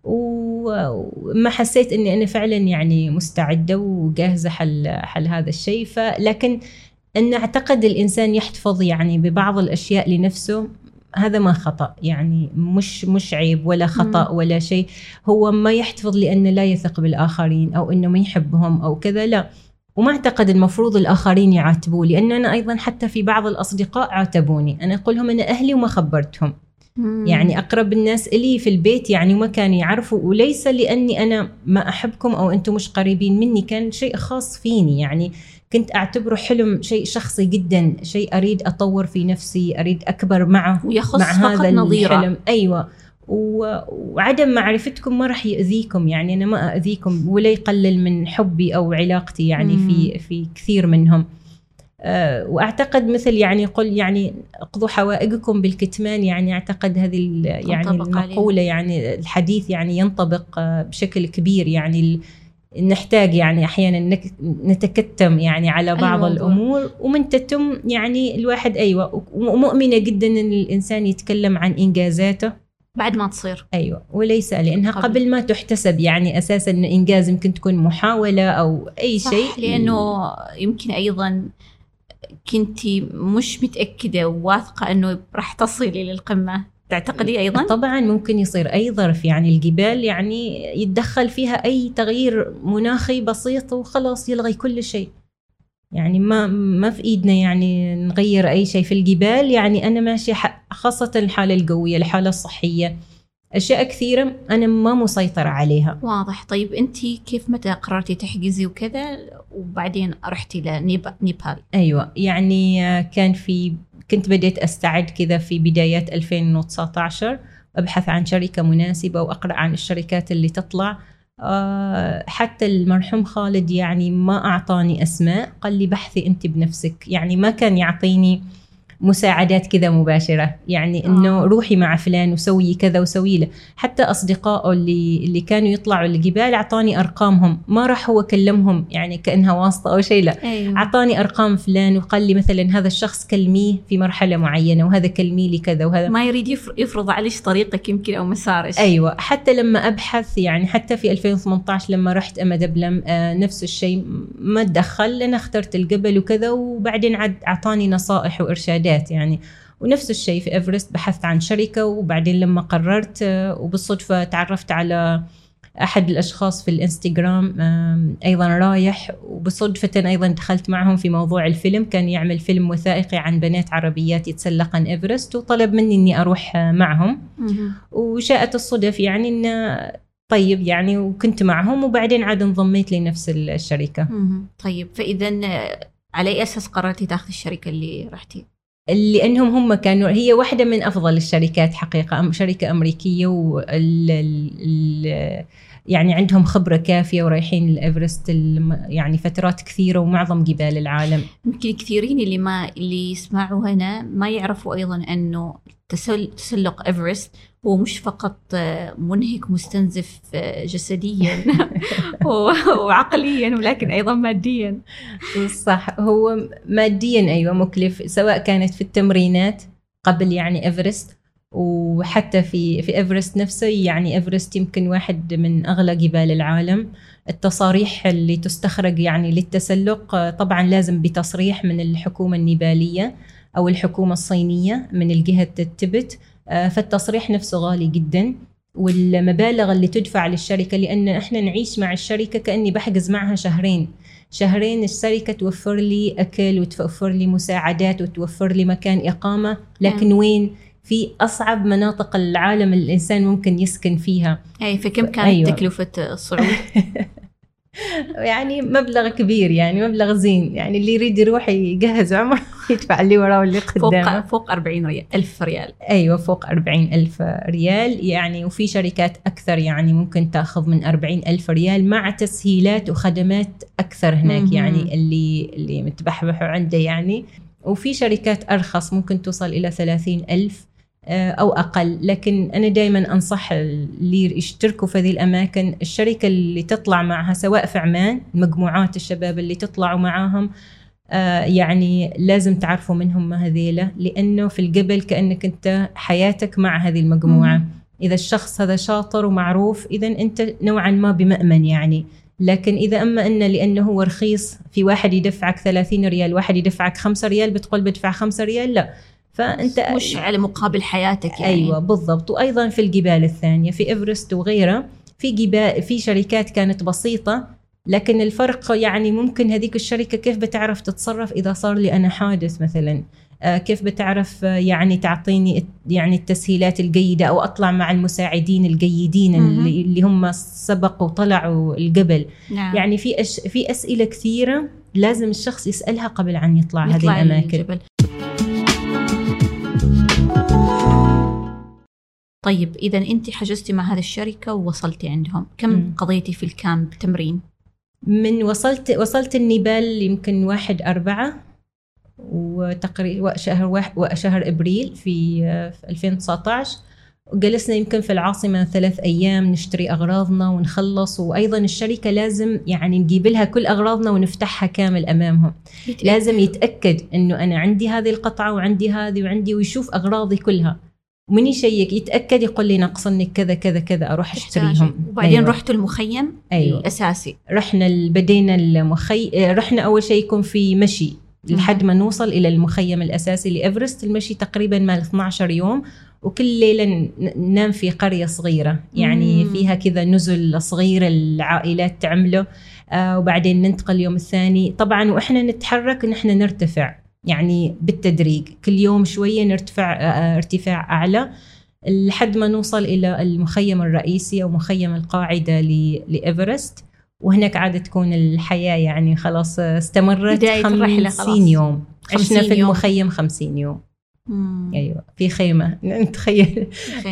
وما حسيت أني أنا فعلا يعني مستعدة وجاهزة حل حل هذا الشيء. فلكن أن أعتقد الإنسان يحتفظ يعني ببعض الأشياء لنفسه، هذا ما خطأ، يعني مش مش عيب ولا خطأ ولا شيء. هو ما يحتفظ لأنه لا يثق بالآخرين أو إنه ما يحبهم أو كذا، لا. وما أعتقد المفروض الآخرين يعاتبوا، لأن أنا أيضا حتى في بعض الأصدقاء عاتبوني، أنا أقول لهم أنا أهلي وما خبرتهم. مم. يعني أقرب الناس إلي في البيت يعني وما كانوا يعرفوا، وليس لأني أنا ما أحبكم أو أنتم مش قريبين مني، كان شيء خاص فيني، يعني كنت أعتبره حلم، شيء شخصي جدا، شيء أريد أطور في نفسي، أريد أكبر معه ويخص مع فقط هذا نظيرة. الحلم. أيوة. وعدم معرفتكم ما راح يؤذيكم، يعني أنا ما أؤذيكم ولا يقلل من حبي أو علاقتي يعني مم. في في كثير منهم. أه وأعتقد مثل يعني قل يعني اقضوا حوائجكم بالكتمان، يعني أعتقد هذه يعني المقولة يعني الحديث يعني ينطبق بشكل كبير، يعني نحتاج يعني أحيانا نتكتم يعني على بعض أيوة الأمور، ومن تتم يعني الواحد أيوة. ومؤمنة جدا أن الإنسان يتكلم عن إنجازاته بعد ما تصير، أيوة، وليس لأنها قبل, قبل ما تحتسب، يعني أساسا أنه إنجاز يمكن تكون محاولة أو أي شيء، لأنه يمكن أيضا كنتي مش متأكدة وواثقة أنه راح تصلي للقمة، تعتقدي أيضا؟ طبعا ممكن يصير أي ظرف، يعني الجبال يعني يتدخل فيها أي تغيير مناخي بسيط وخلاص يلغي كل شيء، يعني ما ما في إيدنا يعني نغير أي شيء في الجبال. يعني أنا ماشي خاصة الحالة الجوية، الحالة الصحية، أشياء كثيرة أنا ما مسيطرة عليها. واضح. طيب أنتي كيف متى قررتي تحجزي وكذا وبعدين رحتي لنيبال؟ أيوة، يعني كان في كنت بديت أستعد كذا في بدايات ألفين وتسعة عشر، أبحث عن شركة مناسبة وأقرأ عن الشركات اللي تطلع. أه حتى المرحوم خالد يعني ما أعطاني أسماء، قال لي بحثي أنت بنفسك، يعني ما كان يعطيني مساعدات كذا مباشرة، يعني إنه آه. روحي مع فلان وسوي كذا وسوي له. حتى أصدقائه اللي اللي كانوا يطلعوا الجبال أعطاني أرقامهم، ما راح هو كلمهم يعني كأنها واسطة أو شيء، لا. أيوة. أعطاني أرقام فلان وقال لي مثلا هذا الشخص كلميه في مرحلة معينة، وهذا كلميه لي كذا وهذا. ما يريد يفرض عليش طريقك يمكن أو مسارك. أيوة. حتى لما أبحث يعني حتى في ألفين وثمانية عشر لما رحت أمدبلم آه نفس الشيء، ما تدخل، أنا اخترت الجبل وكذا، وبعدين عد أعطاني نصائح وإرشادات يعني. ونفس الشيء في إيفرست، بحثت عن شركة، وبعدين لما قررت وبالصدفة تعرفت على أحد الأشخاص في الإنستغرام أيضا رايح، وبصدفة أيضا دخلت معهم في موضوع الفيلم، كان يعمل فيلم وثائقي عن بنات عربيات يتسلقن إيفرست، وطلب مني أني أروح معهم. وشاءت الصدف يعني أن طيب يعني وكنت معهم، وبعدين عاد انضميت لنفس الشركة. طيب، فإذا على أي أساس قررتي تأخذ الشركة اللي رحتي؟ لأنهم هم كانوا هي واحدة من أفضل الشركات حقيقة، شركة أمريكية، وال يعني عندهم خبرة كافية، ورايحين الإيفرست يعني فترات كثيرة ومعظم جبال العالم. يمكن كثيرين اللي ما اللي يسمعوا هنا ما يعرفوا أيضا أنه تسلق إيفرست هو مش فقط منهك مستنزف جسديا وعقليا، ولكن أيضا ماديا. صح، هو ماديا أيوة مكلف، سواء كانت في التمرينات قبل يعني إيفرست، وحتى في في إيفرست نفسه. يعني إيفرست يمكن واحد من أغلى جبال العالم. التصاريح اللي تستخرج يعني للتسلق طبعا لازم بتصريح من الحكومة النيبالية أو الحكومة الصينية من الجهة التبت، فالتصريح نفسه غالي جدا، والمبالغ اللي تدفع للشركة، لأن إحنا نعيش مع الشركة كأني بحجز معها شهرين شهرين الشركة توفر لي أكل وتوفر لي مساعدات وتوفر لي مكان إقامة، لكن وين؟ في أصعب مناطق العالم الإنسان ممكن يسكن فيها. أي فكم كانت أيوة. تكلفة الصعود؟ يعني مبلغ كبير، يعني مبلغ زين، يعني اللي يريد يروح يجهز عمره يدفع اللي وراه واللي قدامه. فوق فوق أربعين ريال ألف ريال. أيوة، فوق أربعين ألف ريال يعني. وفي شركات أكثر يعني ممكن تأخذ من أربعين ألف ريال مع تسهيلات وخدمات أكثر هناك. م-م. يعني اللي اللي متبحبحوا عنده يعني. وفي شركات أرخص ممكن توصل إلى ثلاثين ألف أو أقل. لكن أنا دايما أنصح اللي يشتركوا في هذه الأماكن، الشركة اللي تطلع معها سواء في عمان، مجموعات الشباب اللي تطلعوا معاهم يعني لازم تعرفوا منهم ما هذيله، لأنه في الجبل كأنك أنت حياتك مع هذه المجموعة. م- إذا الشخص هذا شاطر ومعروف، إذا أنت نوعا ما بمأمن يعني. لكن إذا أما أنه لأنه هو رخيص، في واحد يدفعك ثلاثين ريال، واحد يدفعك خمسة ريال، بتقول بدفع خمسة ريال، لا، فأنت مش على مقابل حياتك يعني. أيوة بالضبط. وأيضا في الجبال الثانية في إيفرست وغيرها، في جبال في شركات كانت بسيطة، لكن الفرق يعني ممكن هذيك الشركة كيف بتعرف تتصرف إذا صار لي أنا حادث مثلا، آه كيف بتعرف آه يعني تعطيني يعني التسهيلات الجيدة، أو أطلع مع المساعدين الجيدين اللي, اللي هم سبقوا وطلعوا الجبل. نعم. يعني في أش في أسئلة كثيرة لازم الشخص يسألها قبل أن يطلع, يطلع هذه الأماكن. الجبل. طيب إذا أنت حجزتي مع هذه الشركة ووصلتي عندهم، كم م. قضيتي في الكامب تمرين؟ من وصلت وصلت النيبال يمكن واحد أربعة وتقريبا شهر واحد وشهر أبريل في ألفين وتسعة عشر، وجلسنا يمكن في العاصمة ثلاث أيام نشتري أغراضنا ونخلص. وأيضا الشركة لازم يعني نجيب لها كل أغراضنا ونفتحها كامل أمامهم. يتأكد. لازم يتأكد إنه أنا عندي هذه القطعة وعندي هذه وعندي، ويشوف أغراضي كلها، ومن يشيك يتأكد يقول لي ناقصني كذا كذا كذا أروح أشتريهم. وبعدين أيوة. رحت المخيم أيوة. الأساسي. رحنا بدينا المخي رحنا أول شيء يكون في مشي لحد ما نوصل إلى المخيم الأساسي لإيفرست. المشي تقريبا ما اثنا عشر يوم، وكل ليلة ننام في قرية صغيرة يعني مم. فيها كذا نزل صغير العائلات تعمله، آه وبعدين ننتقل اليوم الثاني. طبعا وإحنا نتحرك نحن نرتفع يعني بالتدريج، كل يوم شوية نرتفع ارتفاع أعلى لحد ما نوصل إلى المخيم الرئيسي أو مخيم القاعدة لإيفرست. وهناك عادة تكون الحياة يعني خلاص استمرت خمسين يوم. عشنا في المخيم خمسين يوم. مم. أيوة في خيمة نتخيل.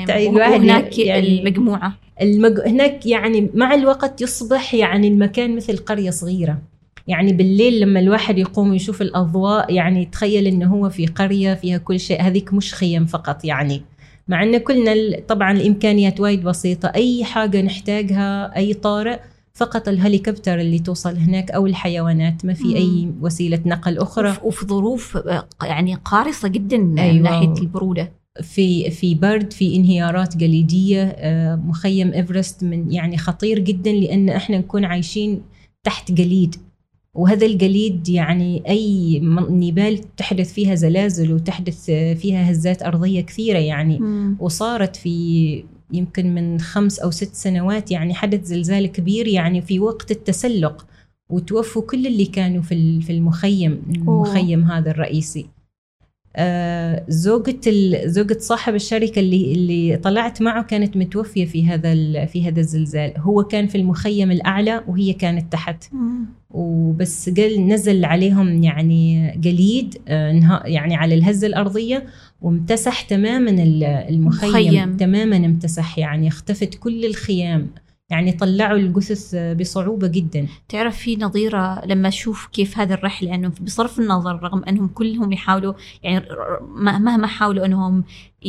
وهناك يعني المجموعة المج... هناك يعني مع الوقت يصبح يعني المكان مثل قرية صغيرة. يعني بالليل لما الواحد يقوم يشوف الأضواء يعني تخيل إنه هو في قرية فيها كل شيء. هذيك مش خيم فقط يعني، مع إن كلنا طبعا الإمكانيات وايد بسيطة. أي حاجة نحتاجها أي طارئ فقط الهليكوبتر اللي توصل هناك أو الحيوانات، ما في أي وسيلة نقل أخرى. وفي ظروف يعني قارصة جدا من أيوة. ناحية البرودة، في في برد، في انهيارات جليدية. مخيم إيفرست من يعني خطير جدا لأن إحنا نكون عايشين تحت جليد، وهذا الجليد يعني أي نيبال تحدث فيها زلازل وتحدث فيها هزات أرضية كثيرة يعني. مم. وصارت في يمكن من خمس أو ست سنوات يعني حدث زلزال كبير يعني في وقت التسلق، وتوفوا كل اللي كانوا في في المخيم المخيم أوه. هذا الرئيسي. آه زوجة زوجة صاحب الشركة اللي اللي طلعت معه كانت متوفية في هذا في هذا الزلزال. هو كان في المخيم الأعلى وهي كانت تحت. مم. وبس قال نزل عليهم يعني جليد آه يعني على الهزة الأرضية، وامتسح تماما المخيم مخيم. تماما امتسح يعني اختفت كل الخيام يعني، طلعوا الجثث بصعوبة جدا. تعرف في نظيرة لما أشوف كيف هذا الرحلة أنه بصرف النظر رغم أنهم كلهم يحاولوا يعني مهما حاولوا أنهم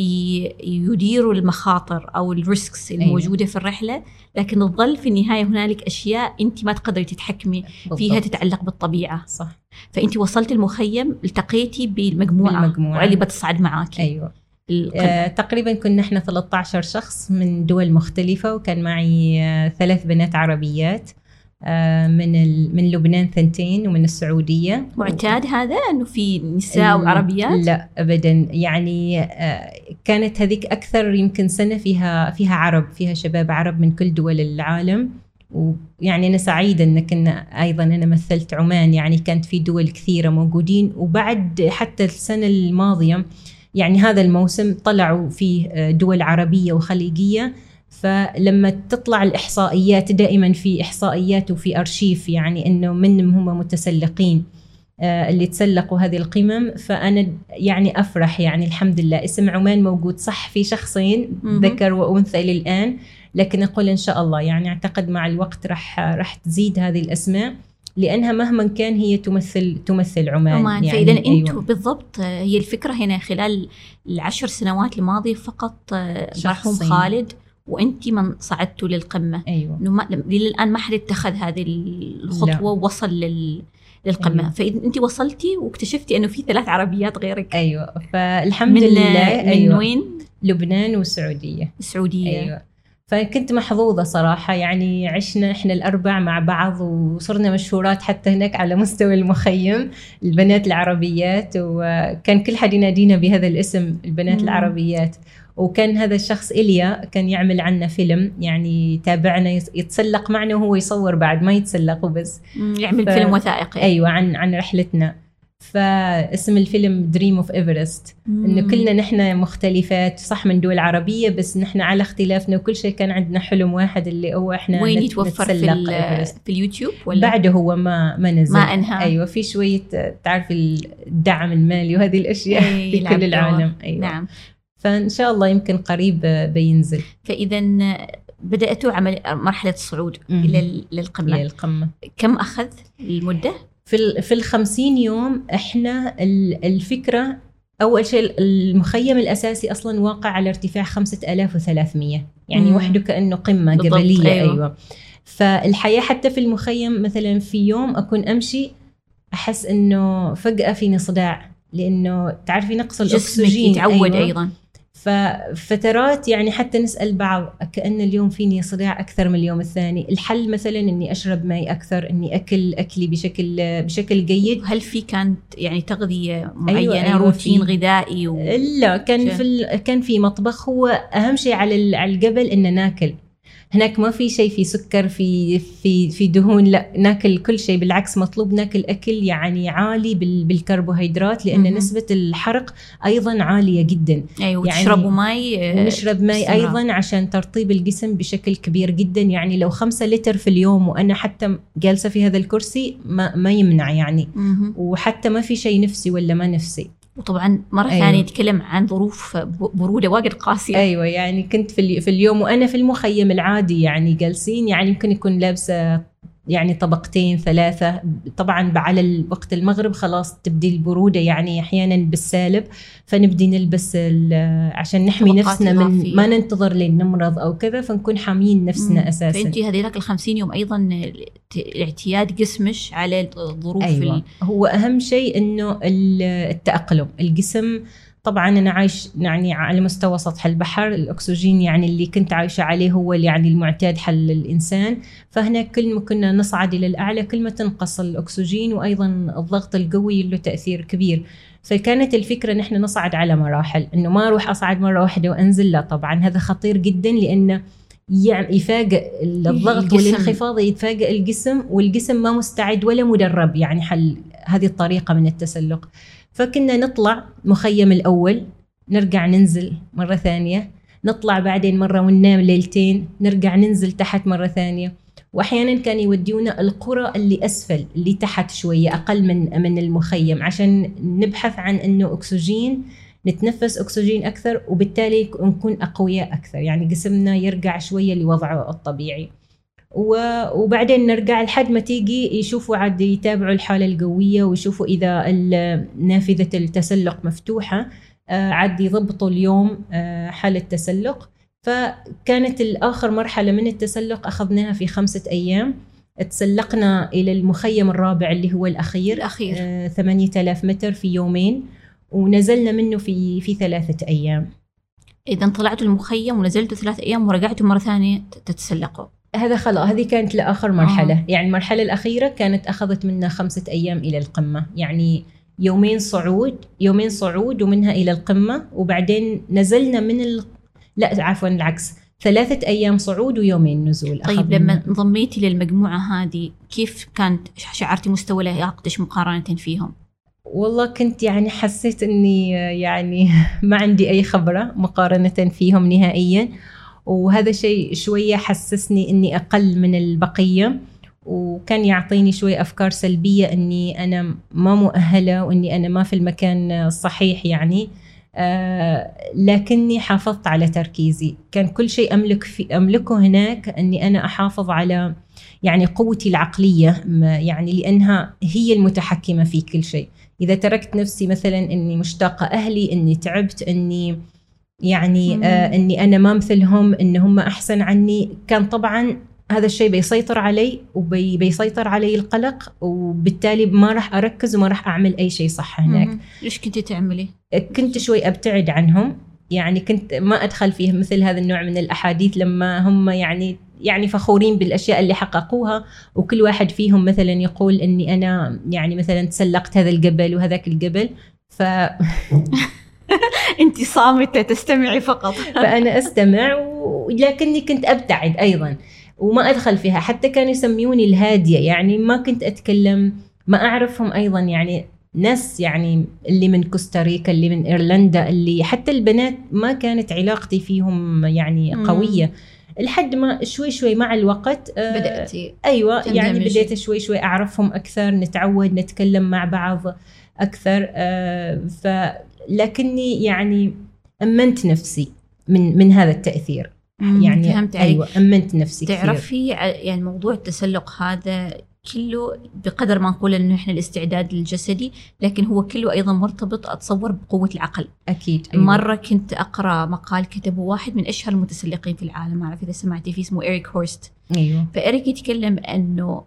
يديروا المخاطر أو الريسكس الموجودة أيوة. في الرحلة، لكن الظل في النهاية هنالك أشياء أنت ما تقدري تتحكمي بالضبط. فيها تتعلق بالطبيعة. صح. فأنت وصلت المخيم التقيتي بالمجموعة, بالمجموعة. واللي بتصعد معاكي. أيوة. آه، تقريبا كنا احنا ثلاثة عشر شخص من دول مختلفة، وكان معي آه، ثلاث بنات عربيات آه، من من لبنان ثنتين ومن السعودية. معتاد هذا أنه في نساء وعربيات؟ لا أبدا يعني آه، كانت هذيك أكثر يمكن سنة فيها فيها عرب، فيها شباب عرب من كل دول العالم. ويعني أنا سعيدة أن كنا أيضا أنا مثلت عمان يعني كانت في دول كثيرة موجودين. وبعد حتى السنة الماضية يعني هذا الموسم طلعوا فيه دول عربية وخليجية، فلما تطلع الإحصائيات دائما في إحصائيات وفي أرشيف يعني إنه منهم هم متسلقين اللي تسلقوا هذه القمم، فأنا يعني أفرح يعني الحمد لله. اسم عمان موجود صح في شخصين ذكر وأنثى للآن، لكن أقول إن شاء الله يعني أعتقد مع الوقت رح رح تزيد هذه الأسماء، لأنها مهما كان هي تمثل تمثل عمان, عمان. يعني فإذا أيوة. أنتوا بالضبط هي الفكرة هنا خلال العشر سنوات الماضية فقط مرحوم خالد وأنتي من صعدتوا للقمة. أيوة. إنه ما للآن ما حد اتخذ هذه الخطوة ووصل لل للقمة. أيوة. فإذا أنتي وصلتي واكتشفتي إنه في ثلاث عربيات غيرك. أيوة. فالحمد من لله. من أيوة. وين؟ لبنان والسعودية. السعودية. أيوة. فكنت محظوظة صراحة، يعني عشنا إحنا الأربع مع بعض وصرنا مشهورات حتى هناك على مستوى المخيم، البنات العربيات، وكان كل حد ينادينا بهذا الاسم البنات العربيات. وكان هذا الشخص إليا كان يعمل عنا فيلم، يعني تابعنا يتسلق معنا وهو يصور بعد ما يتسلق وبس، يعمل ف... فيلم وثائقي. أيوة عن عن رحلتنا. فاسم الفيلم دريم اوف ايفرست، انه كلنا نحن مختلفات صح من دول عربيه، بس نحن على اختلافنا وكل شيء كان عندنا حلم واحد اللي هو احنا وين يتوفر في, في اليوتيوب ولا بعده هو ما ما نزل ما انهى. ايوه في شويه تعرف الدعم المالي وهذه الاشياء أي في كل العالم. أيوة. نعم، فان شاء الله يمكن قريب بينزل. فاذا بداتوا عمل مرحله الصعود الى للقمه. الى القمه كم اخذ المده؟ في في الخمسين يوم احنا الفكرة أول شيء المخيم الأساسي أصلا واقع على ارتفاع خمسة آلاف وثلاثمية، يعني وحده كأنه قمة جبلية. أيوة. أيوة. فالحياة حتى في المخيم مثلا في يوم أكون أمشي أحس إنه فجأة فيني صداع، لأنه تعرفي نقص الأكسجين يتعود. أيوة. أيضا ففترات يعني حتى نسأل بعض كأن اليوم فيني صداع أكثر من اليوم الثاني. الحل مثلا إني أشرب ماء أكثر، إني أكل أكلي بشكل بشكل جيد. هل في كانت يعني تغذية معينة؟ أيوة. أيوة. روتين غذائي و... لا كان في ال... كان في مطبخ. هو أهم شيء على على الجبل إن ناكل. هناك ما في شيء في سكر في في في دهون، لا ناكل كل شيء، بالعكس مطلوب ناكل أكل يعني عالي بالكربوهيدرات، لأن م- نسبة الحرق أيضا عالية جدا. أيوة. يعني وتشربوا ماء، نشرب ماء أيضا عشان ترطيب الجسم بشكل كبير جدا. يعني لو خمسة لتر في اليوم، وأنا حتى جالسة في هذا الكرسي ما ما يمنع يعني. م- وحتى ما في شيء نفسي ولا ما نفسي. وطبعا مرة أيوة. ثانية نتكلم عن ظروف برودة واجد قاسية. أيوة يعني كنت في في اليوم وأنا في المخيم العادي يعني جالسين، يعني يمكن يكون لابسة يعني طبقتين ثلاثة. طبعا على وقت المغرب خلاص تبدي البرودة يعني أحيانا بالسالب، فنبدي نلبس عشان نحمي نفسنا من ما ننتظر لين نمرض أو كذا، فنكون حامين نفسنا. مم. أساسا فأنتي هذيلك الخمسين يوم أيضا اعتياد جسمش على الظروف. أيوة. ال... هو أهم شيء إنه التأقلم الجسم. طبعا أنا عايش يعني على مستوى سطح البحر، الأكسجين يعني اللي كنت عايشة عليه هو يعني المعتاد حل الإنسان. فهنا كل ما كنا نصعد إلى الأعلى كل ما تنقص الأكسجين، وأيضا الضغط القوي له تأثير كبير. فكانت الفكرة نحن نصعد على مراحل، إنه ما أروح أصعد مرة واحدة وأنزل، لا طبعا هذا خطير جدا، لأنه يعني يفاجئ الضغط والانخفاض، يتفاجئ الجسم، والجسم ما مستعد ولا مدرب يعني حل هذه الطريقة من التسلق. فكنا نطلع مخيم الأول، نرجع ننزل مرة ثانية، نطلع بعدين مرة وننام ليلتين، نرجع ننزل تحت مرة ثانية. وأحيانا كان يوديونا القرى اللي أسفل اللي تحت شوية أقل من من المخيم، عشان نبحث عن إنه أكسجين، نتنفس أكسجين أكثر، وبالتالي نكون أقوياء أكثر، يعني جسمنا يرجع شوية لوضعه الطبيعي. وبعدين نرجع لحد ما تيجي يشوفوا عاد يتابعوا الحالة الجوية، ويشوفوا إذا نافذة التسلق مفتوحة، عاد يضبطوا اليوم حالة تسلق. فكانت الآخر مرحلة من التسلق أخذناها في خمسة أيام. تسلقنا إلى المخيم الرابع اللي هو الأخير, الأخير. آه ثمانية آلاف متر في يومين، ونزلنا منه في في ثلاثة أيام. إذا طلعتوا المخيم ونزلتوا ثلاثة أيام ورجعتوا مرة ثانية تتسلقوا. هذا خلاص، هذه كانت لآخر مرحلة. آه. يعني المرحلة الأخيرة كانت أخذت منا خمسة أيام إلى القمة، يعني يومين صعود يومين صعود ومنها إلى القمة، وبعدين نزلنا من ال... لا عفوا العكس، ثلاثة أيام صعود ويومين نزول. طيب لما انضميتي للمجموعة هذه كيف كانت شعرتي مستوى لياقتش مقارنة فيهم؟ والله كنت يعني حسيت أني يعني ما عندي أي خبرة مقارنة فيهم نهائيا، وهذا شيء شوية حسسني أني أقل من البقية، وكان يعطيني شوية أفكار سلبية أني أنا ما مؤهلة وأني أنا ما في المكان الصحيح يعني. آه لكني حافظت على تركيزي. كان كل شيء أملك في أملكه هناك أني أنا أحافظ على يعني قوتي العقلية، يعني لأنها هي المتحكمة في كل شيء. إذا تركت نفسي مثلا أني مشتاقة أهلي، أني تعبت، أني يعني آه أني أنا ما مثلهم، أن هم أحسن عني، كان طبعا هذا الشيء بيسيطر علي وبيسيطر علي القلق، وبالتالي ما راح أركز وما راح أعمل أي شيء صح هناك. ليش كنت تعملي؟ كنت شوي أبتعد عنهم، يعني كنت ما أدخل فيه مثل هذا النوع من الأحاديث لما هم يعني يعني فخورين بالأشياء اللي حققوها، وكل واحد فيهم مثلا يقول إني أنا يعني مثلا تسلقت هذا الجبل وهذاك الجبل، ف أنت صامتة تستمعي فقط. فأنا أستمع، ولكني كنت أبتعد أيضا وما أدخل فيها. حتى كانوا يسميوني الهادية، يعني ما كنت أتكلم، ما أعرفهم أيضا يعني ناس يعني اللي من كوستاريكا، اللي من إيرلندا، اللي حتى البنات ما كانت علاقتي فيهم يعني قوية. لحد ما شوي شوي مع الوقت بدأتي أيوة تندمجي. يعني بديت شوي شوي أعرفهم أكثر، نتعود نتكلم مع بعض أكثر. ف لكني يعني أمنت نفسي من من هذا التأثير. يعني فهمت أيوة عليك. أمنت نفسي كثير. تعرفي يعني موضوع التسلق هذا كله بقدر ما نقول إنه إحنا الاستعداد الجسدي، لكن هو كله أيضا مرتبط أتصور بقوة العقل. أكيد. أيوة. مرة كنت أقرأ مقال كتبه واحد من أشهر المتسلقين في العالم، ما أعرف إذا سمعتي فيه، اسمه إريك هورست. أيوة. فإريك يتكلم أنه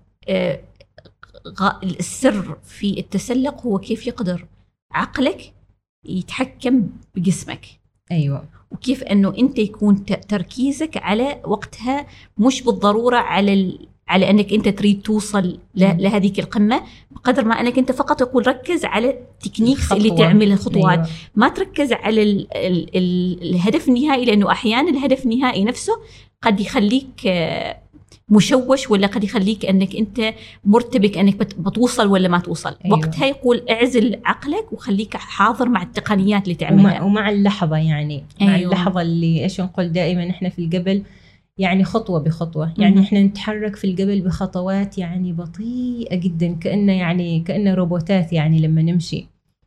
السر في التسلق هو كيف يقدر عقلك يتحكم بجسمك. أيوة. وكيف أنه أنت يكون تركيزك على وقتها مش بالضرورة على ال... على أنك أنت تريد توصل لهذه القمة، بقدر ما أنك أنت فقط يقول ركز على التكنيكس اللي تعمل الخطوات. أيوة. ما تركز على ال... ال... ال... الهدف النهائي، لأنه أحيانا الهدف النهائي نفسه قد يخليك مشوش، ولا قد يخليك أنك أنت مرتبك أنك بتوصل ولا ما توصل. أيوة. وقتها يقول اعزل عقلك وخليك حاضر مع التقنيات اللي تعملها ومع, ومع اللحظة يعني. أيوة. مع اللحظة اللي إيش نقول دائما إحنا في الجبل يعني خطوة بخطوة، يعني م- إحنا نتحرك في الجبل بخطوات يعني بطيئة جدا، كأنه يعني كأنه روبوتات يعني لما نمشي.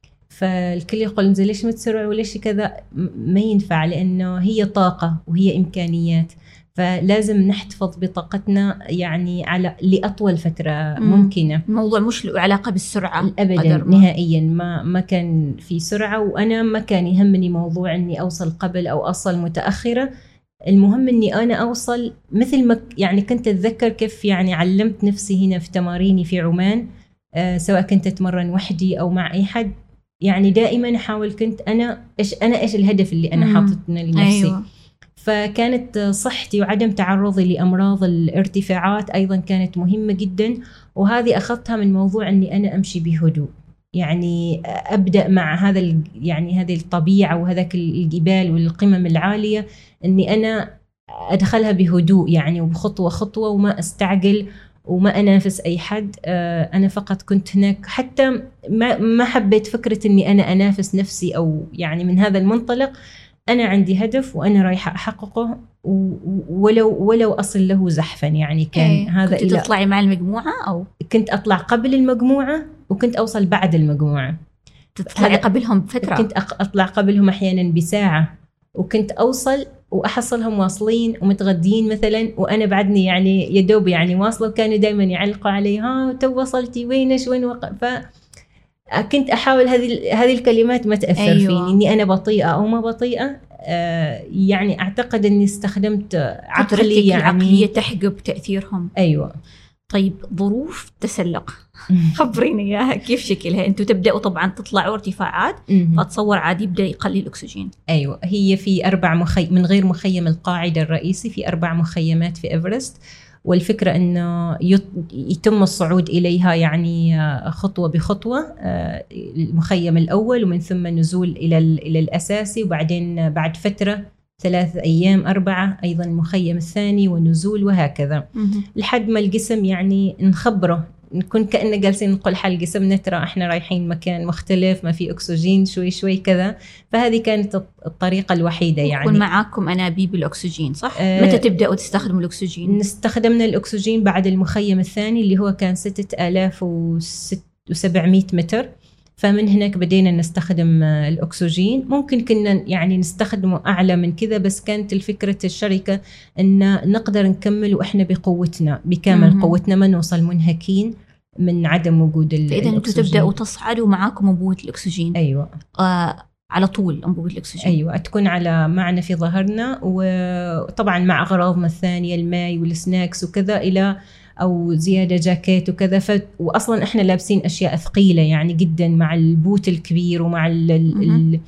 فالكل يقول إنزل ليش متسرع وليش كذا، ما ينفع، لأنه هي طاقة وهي إمكانيات، فلازم نحتفظ بطاقتنا يعني على لأطول فترة ممكنة. الموضوع مش له علاقة بالسرعة أبدا نهائيا، ما ما كان في سرعة، وأنا ما كان يهمني موضوع أني أوصل قبل أو أوصل متأخرة. المهم أني أنا أوصل، مثل ما يعني كنت أتذكر كيف يعني علمت نفسي هنا في تماريني في عمان، آه سواء كنت أتمرن وحدي أو مع أي حد، يعني دائما أحاول كنت أنا إيش أنا إيش الهدف اللي أنا حاطتنا لنفسي. أيوة. فكانت صحتي وعدم تعرضي لأمراض الارتفاعات أيضا كانت مهمة جدا، وهذه أخذتها من موضوع أني أنا أمشي بهدوء، يعني أبدأ مع هذا يعني هذه الطبيعة وهذاك الجبال والقمم العالية، أني أنا أدخلها بهدوء يعني وبخطوة خطوة، وما أستعجل وما أنافس أي حد. أنا فقط كنت هناك، حتى ما ما حبيت فكرة أني أنا أنافس نفسي، أو يعني من هذا المنطلق أنا عندي هدف وأنا رايحة أحققه، ولو ولو أصل له زحفا يعني. كان ايه. هذا كنت تطلعي مع المجموعة أو كنت أطلع قبل المجموعة، وكنت أوصل بعد المجموعة. تطلعي قبلهم بفترة؟ كنت أطلع قبلهم أحيانا بساعة، وكنت أوصل وأحصلهم واصلين ومتغدين مثلا، وأنا بعدني يعني يدوب يعني واصلة، وكانوا دايما يعلقوا علي ها تو وصلتي وينش وين وق... ف كنت أحاول هذه هذه الكلمات ما تأثر. أيوة. فيني إني أنا بطيئة أو ما بطيئة. آه يعني أعتقد إني استخدمت عقلي يعني العقلية تحجب تأثيرهم. أيوة. طيب ظروف تسلق خبريني إياها، كيف شكلها؟ أنتوا تبدأوا طبعا تطلعوا ارتفاعات، فأتصور عادي يبدأ يقلل الأكسجين. أيوة. هي في أربع مخيم من غير مخيم القاعدة الرئيسي، في أربع مخيمات في إيفرست، والفكرة أنه يتم الصعود إليها يعني خطوة بخطوة. المخيم الأول ومن ثم نزول إلى إلى الأساسي، وبعدين بعد فترة ثلاث أيام أربعة أيضا المخيم الثاني ونزول، وهكذا لحد ما الجسم يعني نخبره، نكون كأننا جالسين نقول حال جسمنا ترى احنا رايحين مكان مختلف ما في أكسجين شوي شوي كذا. فهذه كانت الطريقة الوحيدة يعني. يكون معاكم أنابيب الأكسجين صح؟ آه متى تبدأوا تستخدموا الأكسجين؟ نستخدمنا الأكسجين بعد المخيم الثاني اللي هو كان ستة آلاف وسبعمائة متر، فمن هناك بدينا نستخدم الأكسجين. ممكن كنا يعني نستخدمه أعلى من كذا، بس كانت الفكرة الشركة أن نقدر نكمل وإحنا بقوتنا بكامل م- قوتنا، ما نوصل منهكين من عدم وجود الأكسجين. فإذا أنتوا تبدأوا تصعدوا معاكم أنبوبة الأكسجين. أيوة. آه على طول أنبوبة الأكسجين. أيوة تكون على معنا في ظهرنا، وطبعا مع أغراضنا الثانية الماء والسناكس وكذا، إلى أو زيادة جاكيت وكذا. ف... وأصلا إحنا لابسين أشياء ثقيلة يعني جدا مع البوت الكبير ومع ال... ال...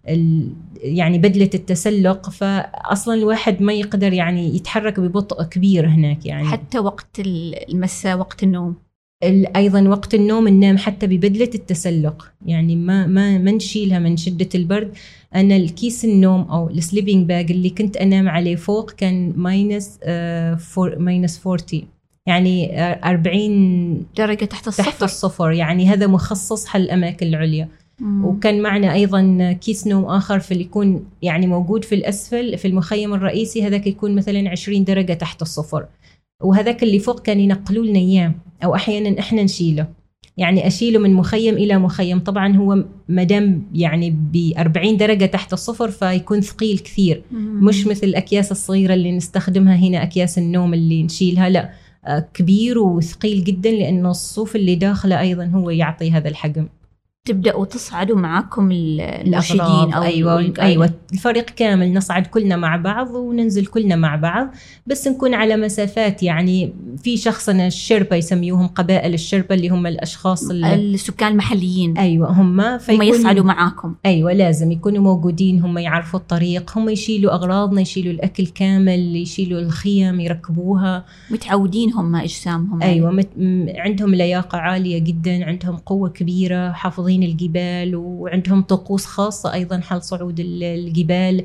يعني بدلة التسلق، فأصلا الواحد ما يقدر يعني يتحرك ببطء كبير هناك يعني. حتى وقت المساء وقت النوم أيضا وقت النوم ننام حتى ببدلة التسلق، يعني ما ما ما نشيلها من شدة البرد. أنا الكيس النوم أو السليبينج باج اللي كنت أنام عليه فوق كان ماينس فور ماينس فورتي، يعني أربعين درجة تحت الصفر. تحت الصفر، يعني هذا مخصص حل الأماكن العليا. مم. وكان معنا أيضا كيس نوم آخر في اللي يكون يعني موجود في الأسفل في المخيم الرئيسي، هذاك يكون مثلا عشرين درجة تحت الصفر، وهذاك اللي فوق كان ينقلوا لنا إياه أو أحيانا إحنا نشيله، يعني أشيله من مخيم إلى مخيم. طبعا هو مدام يعني بأربعين درجة تحت الصفر فيكون ثقيل كثير، مم. مش مثل الأكياس الصغيرة اللي نستخدمها هنا، أكياس النوم اللي نشيلها، لا كبير وثقيل جدا، لأنه الصوف اللي داخله أيضا هو يعطي هذا الحجم. تبدأوا تصعدوا معاكم المرشدين أو أيوة, أيوة الفريق كامل نصعد كلنا مع بعض وننزل كلنا مع بعض، بس نكون على مسافات. يعني في شخصنا الشربة يسميوهم قبائل الشربة اللي هم الأشخاص السكان المحليين، أيوة هم هم يصعدوا معاكم. أيوة لازم يكونوا موجودين، هم يعرفوا الطريق، هم يشيلوا أغراضنا، يشيلوا الأكل كامل، يشيلوا الخيم يركبوها، متعودين هم أجسامهم. أيوة مت... عندهم لياقة عالية جدا، عندهم قوة كبيرة، حافظين الجبال، وعندهم طقوس خاصة أيضا حل صعود الجبال.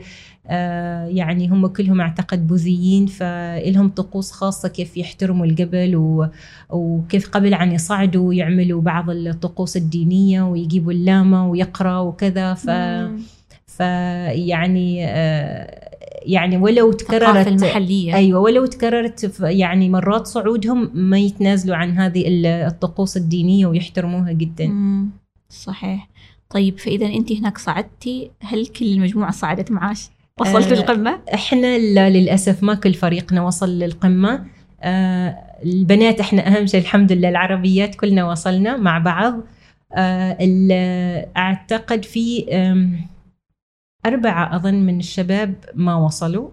آه يعني هم كلهم أعتقد بوذيين، فإلهم طقوس خاصة كيف يحترموا الجبل و... وكيف قبل عن يصعدوا يعملوا بعض الطقوس الدينية ويجيبوا اللامة ويقرأ وكذا. ف... ف يعني آه يعني ولو تكررت المحلية. أيوة ولو تكررت يعني مرات صعودهم ما يتنازلوا عن هذه الطقوس الدينية ويحترموها جدا. مم. صحيح. طيب فإذا أنت هناك صعدتي، هل كل المجموعة صعدت معاش؟ وصلت آه للقمة؟ إحنا لا للأسف ما كل فريقنا وصل للقمة. آه البنات إحنا أهم شيء الحمد لله، العربيات كلنا وصلنا مع بعض. آه أعتقد في أربعة أظن من الشباب ما وصلوا،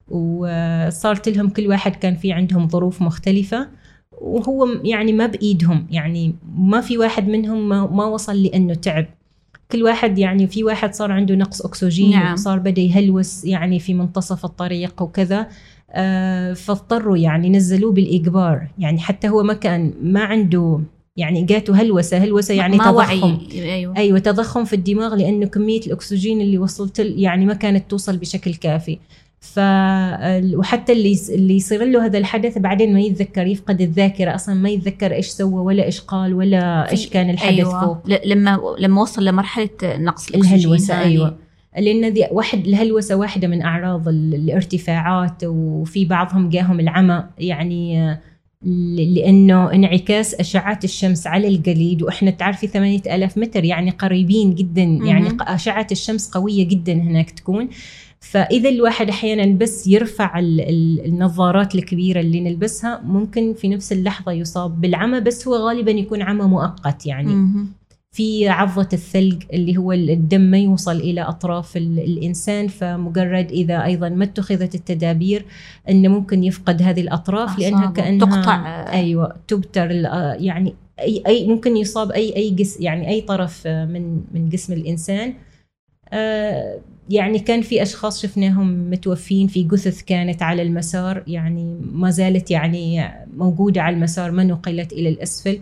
وصارت لهم كل واحد كان في عندهم ظروف مختلفة، وهو يعني ما بإيدهم، يعني ما في واحد منهم ما, ما وصل لأنه تعب. كل واحد يعني في واحد صار عنده نقص أكسجين، نعم. وصار بدأ يهلوس يعني في منتصف الطريق وكذا، آه فاضطروا يعني نزلوه بالإجبار، يعني حتى هو ما كان ما عنده يعني جاته هلوسة هلوسة يعني ما تضخم. أيوة. أيوة تضخم في الدماغ، لأنه كمية الأكسجين اللي وصلت يعني ما كانت توصل بشكل كافي. ف وحتى اللي اللي يصير له هذا الحدث بعدين ما يتذكر، يفقد الذاكرة أصلا، ما يتذكر إيش سوى ولا إيش قال ولا إيش كان الحدث. أيوة. فوق لما لما وصل لمرحلة نقص الأكسجين الهلوسة. أيوة لأن ذي واحد الهلوسة واحدة من أعراض الارتفاعات، وفي بعضهم جاهم العمى، يعني لأنه انعكاس أشعة الشمس على الجليد، وإحنا تعرفي ثمانية آلاف متر يعني قريبين جدا، يعني أشعة الشمس قوية جدا هناك تكون. فإذا الواحد أحيانا بس يرفع النظارات الكبيرة اللي نلبسها ممكن في نفس اللحظة يصاب بالعمى، بس هو غالبا يكون عمى مؤقت. يعني في عضة الثلج اللي هو الدم ما يوصل إلى أطراف الإنسان، فمجرد إذا أيضا ما اتخذت التدابير أنه ممكن يفقد هذه الأطراف لأنها كأنها تقطع. أيوة تبتر، يعني أي أي ممكن يصاب أي أي جس يعني أي طرف من من جسم الإنسان. آه يعني كان في أشخاص شفناهم متوفين في جثث كانت على المسار، يعني ما زالت يعني موجودة على المسار، ما نقلت إلى الأسفل.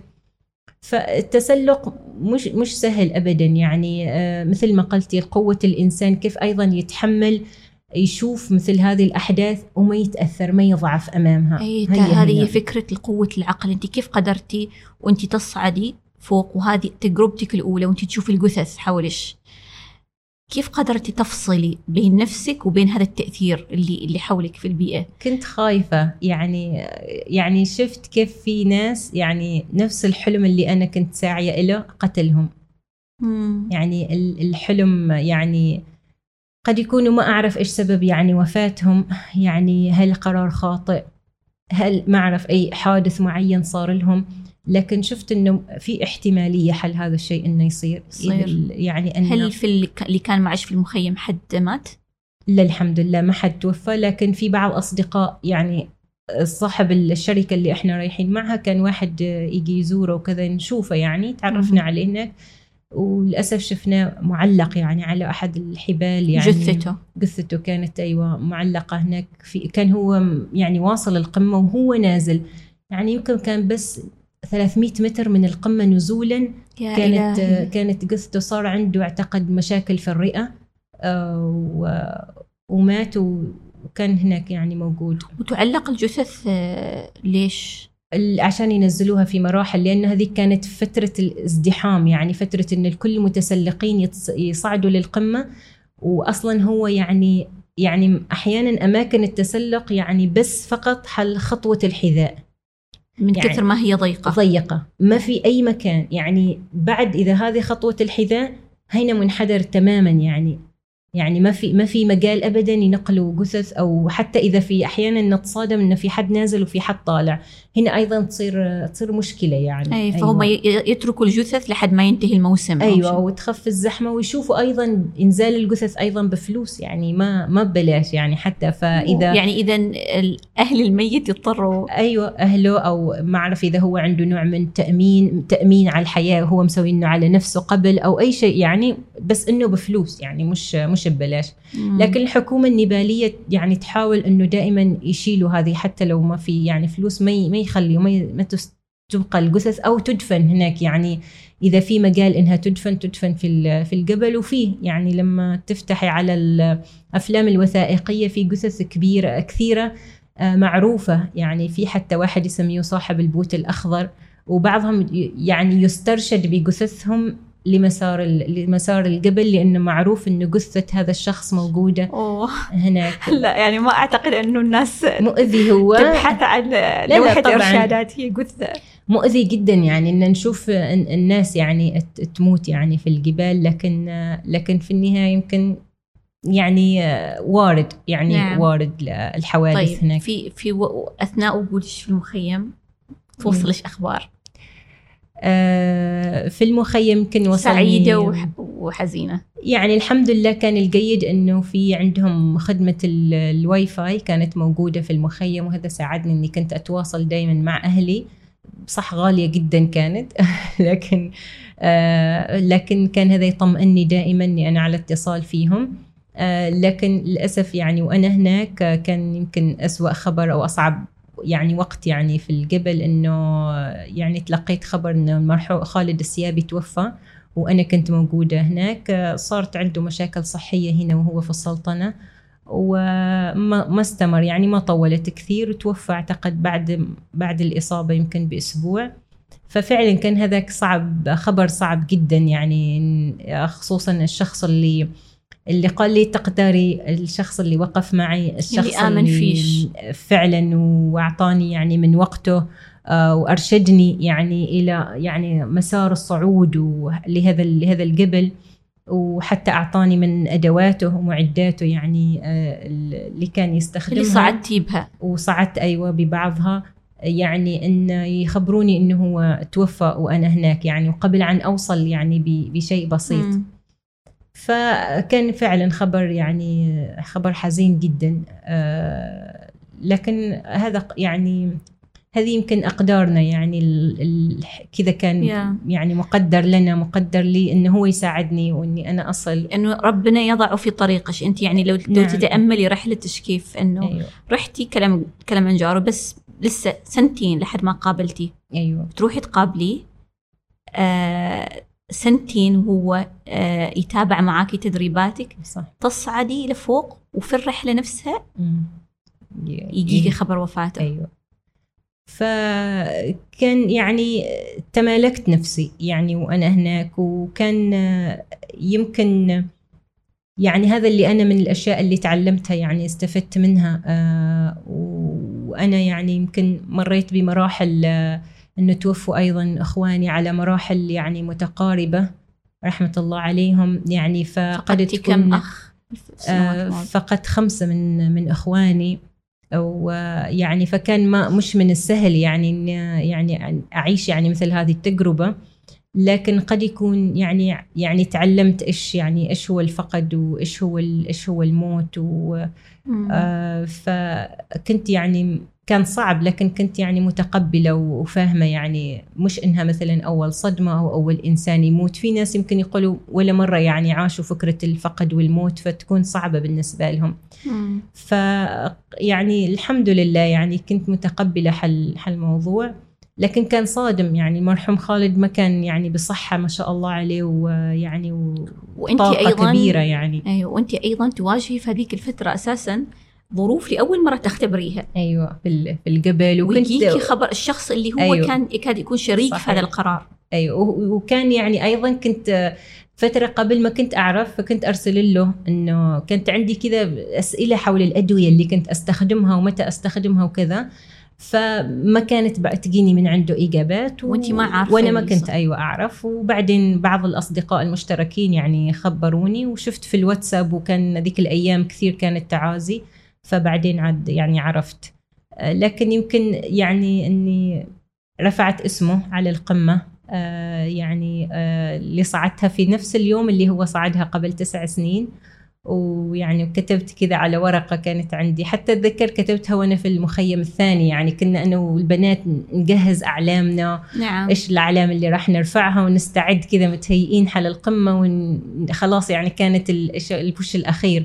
فالتسلق مش مش سهل أبدا، يعني آه مثل ما قلتي قوة الإنسان كيف أيضا يتحمل يشوف مثل هذه الأحداث وما يتأثر، ما يضعف أمامها. أي هذه هي فكرة قوة العقل. أنت كيف قدرتي وأنت تصعدي فوق وهذه تجربتك الأولى وأنت تشوفي الجثث حولش، كيف قدرتي تفصلي بين نفسك وبين هذا التأثير اللي اللي حولك في البيئة؟ كنت خايفة، يعني يعني شفت كيف في ناس يعني نفس الحلم اللي أنا كنت ساعية له قتلهم. مم. يعني الحلم يعني قد يكونوا ما أعرف إيش سبب يعني وفاتهم، يعني هل قرار خاطئ، هل ما أعرف أي حادث معين صار لهم، لكن شفت إنه في احتمالية حل هذا الشيء إنه يصير, يصير. يعني أنه هل في اللي كان معش في المخيم حد مات؟ لا الحمد لله ما حد توفى، لكن في بعض أصدقاء يعني صاحب الشركة اللي إحنا رايحين معها كان واحد يجي يزوره وكذا نشوفه، يعني تعرفنا عليه هناك، وللأسف شفناه معلق يعني على أحد الحبال، يعني جثته جثته كانت أيوة معلقة هناك في، كان هو يعني واصل القمة وهو نازل، يعني يمكن كان بس ثلاثمئة متر من القمة نزولا. يا كانت إلهي. كانت جثته صار عنده اعتقد مشاكل في الرئة ومات، وكان هناك يعني موجود. وتعلق الجثث ليش؟ عشان ينزلوها في مراحل، لأن هذه كانت فترة الازدحام، يعني فترة إن الكل متسلقين يصعدوا للقمة، وأصلا هو يعني يعني أحيانا أماكن التسلق يعني بس فقط حل خطوة الحذاء من يعني كثر ما هي ضيقة ضيقة، ما في أي مكان، يعني بعد إذا هذه خطوة الحذاء هنا منحدر تماما، يعني يعني ما في ما في مجال ابدا ينقلوا جثث، او حتى اذا في احيانا نتصادم انه في حد نازل وفي حد طالع، هنا ايضا تصير تصير مشكله يعني. أي فهم أيوة. يتركوا الجثث لحد ما ينتهي الموسم. ايوه وتخف الزحمه، ويشوفوا ايضا انزال الجثث ايضا بفلوس، يعني ما ما ببلاش يعني حتى. فاذا يعني اذا اهل الميت يضطروا ايوه اهله، او ما اعرف اذا هو عنده نوع من تامين تامين على الحياه هو مسوينه على نفسه قبل او اي شيء يعني، بس انه بفلوس يعني مش مش ببلاش. لكن الحكومه النيباليه يعني تحاول انه دائما يشيلوا هذه، حتى لو ما في يعني فلوس، ما ما يخليوا ما, ما تبقى الجثث او تدفن هناك، يعني اذا في مجال انها تدفن تدفن في في الجبل. وفيه يعني لما تفتحي على الافلام الوثائقيه في جثث كبيره كثيره معروفه، يعني في حتى واحد يسميه صاحب البوت الاخضر، وبعضهم يعني يسترشد بجثثهم لمسار لمسار الجبل، لانه معروف انه جثه هذا الشخص موجوده أوه. هناك. لا يعني ما اعتقد انه الناس مؤذي هو تبحث عن لوحه ارشادات هي جثه، مؤذي جدا يعني ان نشوف الناس يعني تموت يعني في الجبال، لكن لكن في النهايه يمكن يعني وارد يعني نعم. وارد الحوادث طيب. هناك. في في و... اثناء وجودك في المخيم توصلش اخبار آه في المخيم يمكن وصلني سعيده وح... وحزينه؟ يعني الحمد لله كان الجيد انه في عندهم خدمه الواي فاي كانت موجوده في المخيم، وهذا ساعدني اني كنت اتواصل دائما مع اهلي. صح غاليه جدا كانت لكن آه لكن كان هذا يطمئني دائما اني انا على اتصال فيهم. آه لكن للأسف يعني وأنا هناك كان يمكن أسوأ خبر أو أصعب يعني وقت يعني في الجبل، إنه يعني تلقيت خبر إنه المرحوم خالد السيابي توفى، وأنا كنت موجودة هناك. آه صارت عنده مشاكل صحية هنا وهو في السلطنة، وما ما استمر يعني ما طولت كثير، وتوفى أعتقد بعد بعد الإصابة يمكن بأسبوع. ففعلا كان هذاك صعب، خبر صعب جدا يعني، خصوصا الشخص اللي اللي قال لي تقدري، الشخص اللي وقف معي، الشخص اللي آمن فيش فعلا وأعطاني يعني من وقته وأرشدني يعني إلى يعني مسار الصعود لهذا لهذا الجبل، وحتى أعطاني من أدواته ومعداته يعني اللي كان يستخدمها اللي صعدتي بها. وصعدت أيوة ببعضها، يعني إن يخبروني إنه هو توفى وأنا هناك يعني، وقبل عن أوصل يعني بشيء بسيط. م. فكان فعلا خبر يعني خبر حزين جدا. آه لكن هذا يعني هذه يمكن أقدارنا يعني، كذا كان yeah. يعني مقدر لنا، مقدر لي إنه هو يساعدني وإني أنا أصل، إنه ربنا يضعه في طريقش. أنت يعني لو نعم. لو تتأملي رحلتك كيف إنه أيوه. رحتي كلام كلمنجارو بس لسه سنتين لحد ما قابلتي. أيوه. تروحي تقابلي آه سنتين وهو آه يتابع معاكي تدريباتك. صح. تصعدي لفوق وفي الرحلة نفسها yeah. يجيكي خبر وفاته. أيوه. فكان يعني تمالكت نفسي يعني وأنا هناك، وكان يمكن يعني هذا اللي أنا من الأشياء اللي تعلمتها يعني استفدت منها. آه وأنا يعني يمكن مريت بمراحل آه أنه توفوا أيضا أخواني على مراحل يعني متقاربة رحمة الله عليهم يعني. فقدت كم أخ؟ آه فقدت خمسة من من أخواني، ويعني فكان ما مش من السهل يعني يعني أعيش يعني مثل هذه التجربة. لكن قد يكون يعني يعني تعلمت إيش يعني إيش هو الفقد وإيش هو إيش هو الموت و آه فكنت يعني كان صعب، لكن كنت يعني متقبلة وفاهمة يعني مش إنها مثلا أول صدمة أو أول إنسان يموت. في ناس يمكن يقولوا ولا مرة يعني عاشوا فكرة الفقد والموت فتكون صعبة بالنسبة لهم. ف يعني الحمد لله يعني كنت متقبلة حل حل الموضوع، لكن كان صادم. يعني المرحوم خالد ما كان يعني بصحة ما شاء الله عليه، ويعني وطاقة أيضاً كبيرة يعني. أيوة، وأنت أيضا تواجهي في هذيك الفترة أساساً ظروف لأول مرة تختبريها. أيوة في في الجبل، وكنت ويجيكي خبر الشخص اللي هو أيوة كان يكاد يكون شريك صحيح في هذا القرار. أيوة، وكان يعني أيضا كنت فترة قبل ما كنت أعرف، فكنت أرسل له إنه كانت عندي كذا أسئلة حول الأدوية اللي كنت أستخدمها ومتى أستخدمها وكذا، فما كانت بقى تجيني من عنده إجابات و... وانتي ما عارفة وأنا ما كنت أيوة أعرف. وبعدين بعض الأصدقاء المشتركين يعني خبروني، وشفت في الواتساب، وكان ذيك الأيام كثير كانت تعازي، فبعدين عاد يعني عرفت. لكن يمكن يعني أني رفعت اسمه على القمة آه يعني آه اللي صعدتها في نفس اليوم اللي هو صعدها قبل تسع سنين. ويعني كتبت كذا على ورقة كانت عندي، حتى أتذكر كتبتها وأنا في المخيم الثاني، يعني كنا أنا والبنات نجهز أعلامنا. نعم. إيش الأعلام اللي راح نرفعها ونستعد كذا متهيئين حل القمة، وخلاص يعني كانت البوش الأخير.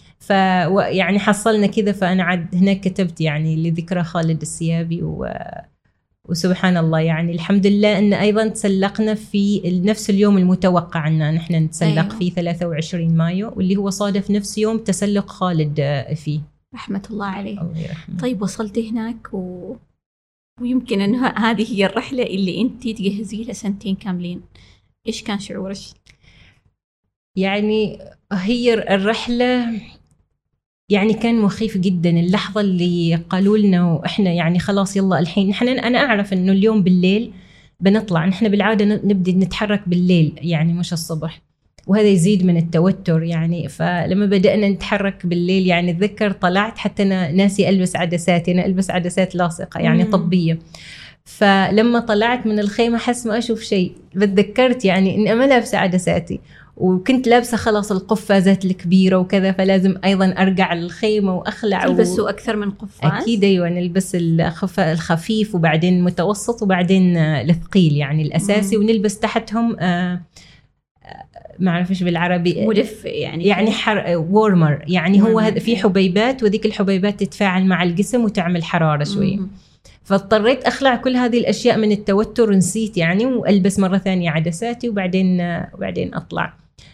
فيعني حصلنا كذا، فأنا عاد هناك كتبت يعني لذكرى خالد السيابي و وسبحان الله يعني الحمد لله أن أيضا تسلقنا في نفس اليوم المتوقع أن نحن نتسلق أيوة. في ثلاثة وعشرين مايو، واللي هو صادف نفس يوم تسلق خالد فيه رحمة الله عليه. الله يرحمه. طيب وصلت هناك و... ويمكن أنه هذه هي الرحلة اللي أنت تجهزي لها سنتين كاملين، إيش كان شعورك؟ يعني هي الرحلة يعني كان مخيف جدا. اللحظة اللي قالوا لنا وإحنا يعني خلاص يلا الحين نحن، أنا أعرف إنه اليوم بالليل بنطلع، نحن بالعادة نبدأ نتحرك بالليل يعني مش الصبح، وهذا يزيد من التوتر يعني. فلما بدأنا نتحرك بالليل يعني أتذكر طلعت حتى أنا ناسي ألبس عدسات، أنا ألبس عدسات لاصقة يعني مم. طبية. فلما طلعت من الخيمة حس ما أشوف شيء، بتذكرت يعني إني ما لابسة عدساتي، وكنت لابسة خلاص القفازات الكبيرة وكذا، فلازم أيضا أرجع للخيمة وأخلع. تلبسوا و... أكثر من قفاز؟ أكيد أيوة، نلبس الخفيف وبعدين متوسط وبعدين الثقيل يعني الأساسي، مم. ونلبس تحتهم آه ما أعرفش بالعربي مدفئ يعني يعني حر وورمر يعني. هو هذا في حبيبات، وذيك الحبيبات تتفاعل مع الجسم وتعمل حرارة شوي. فاضطريت أخلع كل هذه الأشياء من التوتر، ونسيت يعني، وألبس مرة ثانية عدساتي وبعدين وبعدين أطلع.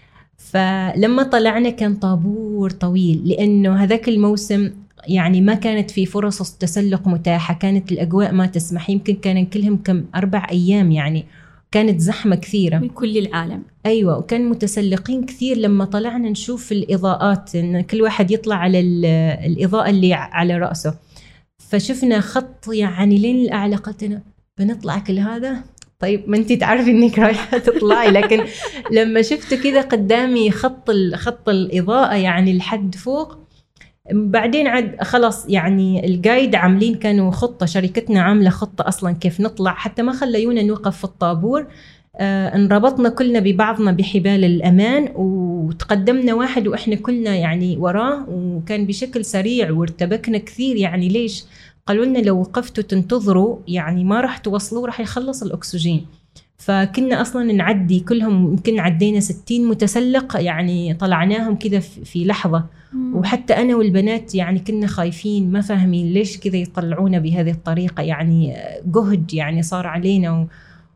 فلما طلعنا كان طابور طويل، لأنه هذاك الموسم يعني ما كانت في فرص تسلق متاحة، كانت الأجواء ما تسمح. يمكن كان كلهم كم أربع أيام يعني، كانت زحمة كثيرة من كل العالم. أيوة، وكان متسلقين كثير. لما طلعنا نشوف الإضاءات، إن كل واحد يطلع على الإضاءة اللي على رأسه، فشفنا خط يعني لين الأعلى. قلتنا بنطلع كل هذا؟ طيب ما انتي تعرفي انك رايحة تطلعي. لكن لما شفت كذا قدامي خط خط الإضاءة يعني لحد فوق، بعدين عاد خلاص يعني الجايد عاملين كانوا خطة، شركتنا عاملة خطة أصلا كيف نطلع، حتى ما خليونا نوقف في الطابور. آه انربطنا كلنا ببعضنا بحبال الأمان، وتقدمنا واحد وإحنا كلنا يعني وراه، وكان بشكل سريع وارتبكنا كثير. يعني ليش؟ قالوا لنا لو وقفتوا تنتظروا يعني ما راح توصلوا، راح يخلص الأكسجين. فكنا أصلا نعدي كلهم، يمكن عدينا ستين متسلق يعني، طلعناهم كذا في لحظة. مم. وحتى أنا والبنات يعني كنا خايفين، ما فاهمين ليش كذا يطلعونا بهذه الطريقة يعني، جهد يعني صار علينا و...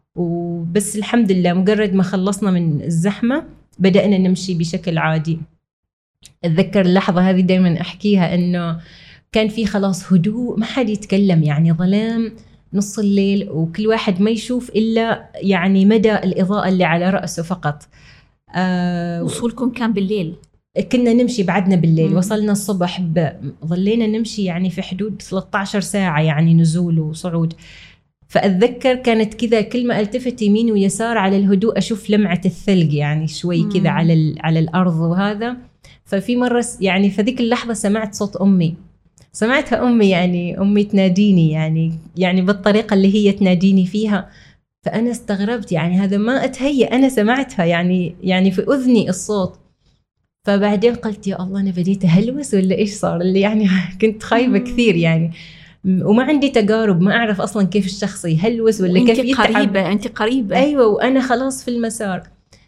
وبس الحمد لله مجرد ما خلصنا من الزحمة بدأنا نمشي بشكل عادي. أتذكر اللحظة هذه دايما أحكيها، إنه كان في خلاص هدوء، ما حد يتكلم يعني، ظلام نص الليل، وكل واحد ما يشوف إلا يعني مدى الإضاءة اللي على رأسه فقط. آه وصولكم كان بالليل؟ كنا نمشي بعدنا بالليل. مم. وصلنا الصبح، ظلينا نمشي يعني في حدود ثلاثة عشر ساعة يعني، نزول وصعود. فأتذكر كانت كذا كل ما التفت يمين ويسار على الهدوء أشوف لمعة الثلج يعني شوي كذا على على الأرض وهذا. ففي مرة يعني في ذيك اللحظة سمعت صوت أمي، سمعتها أمي يعني، أمي تناديني يعني يعني بالطريقة اللي هي تناديني فيها. فأنا استغربت يعني هذا ما أتهيأ، أنا سمعتها يعني يعني في أذني الصوت. فبعدين قلت يا الله أنا بديت أهلوس ولا إيش صار اللي يعني كنت خايبة كثير يعني، وما عندي تجارب، ما أعرف أصلا كيف الشخص يهلوس ولا كيف يتعب. قريبة أنت قريبة. أيوة وأنا خلاص في المسار.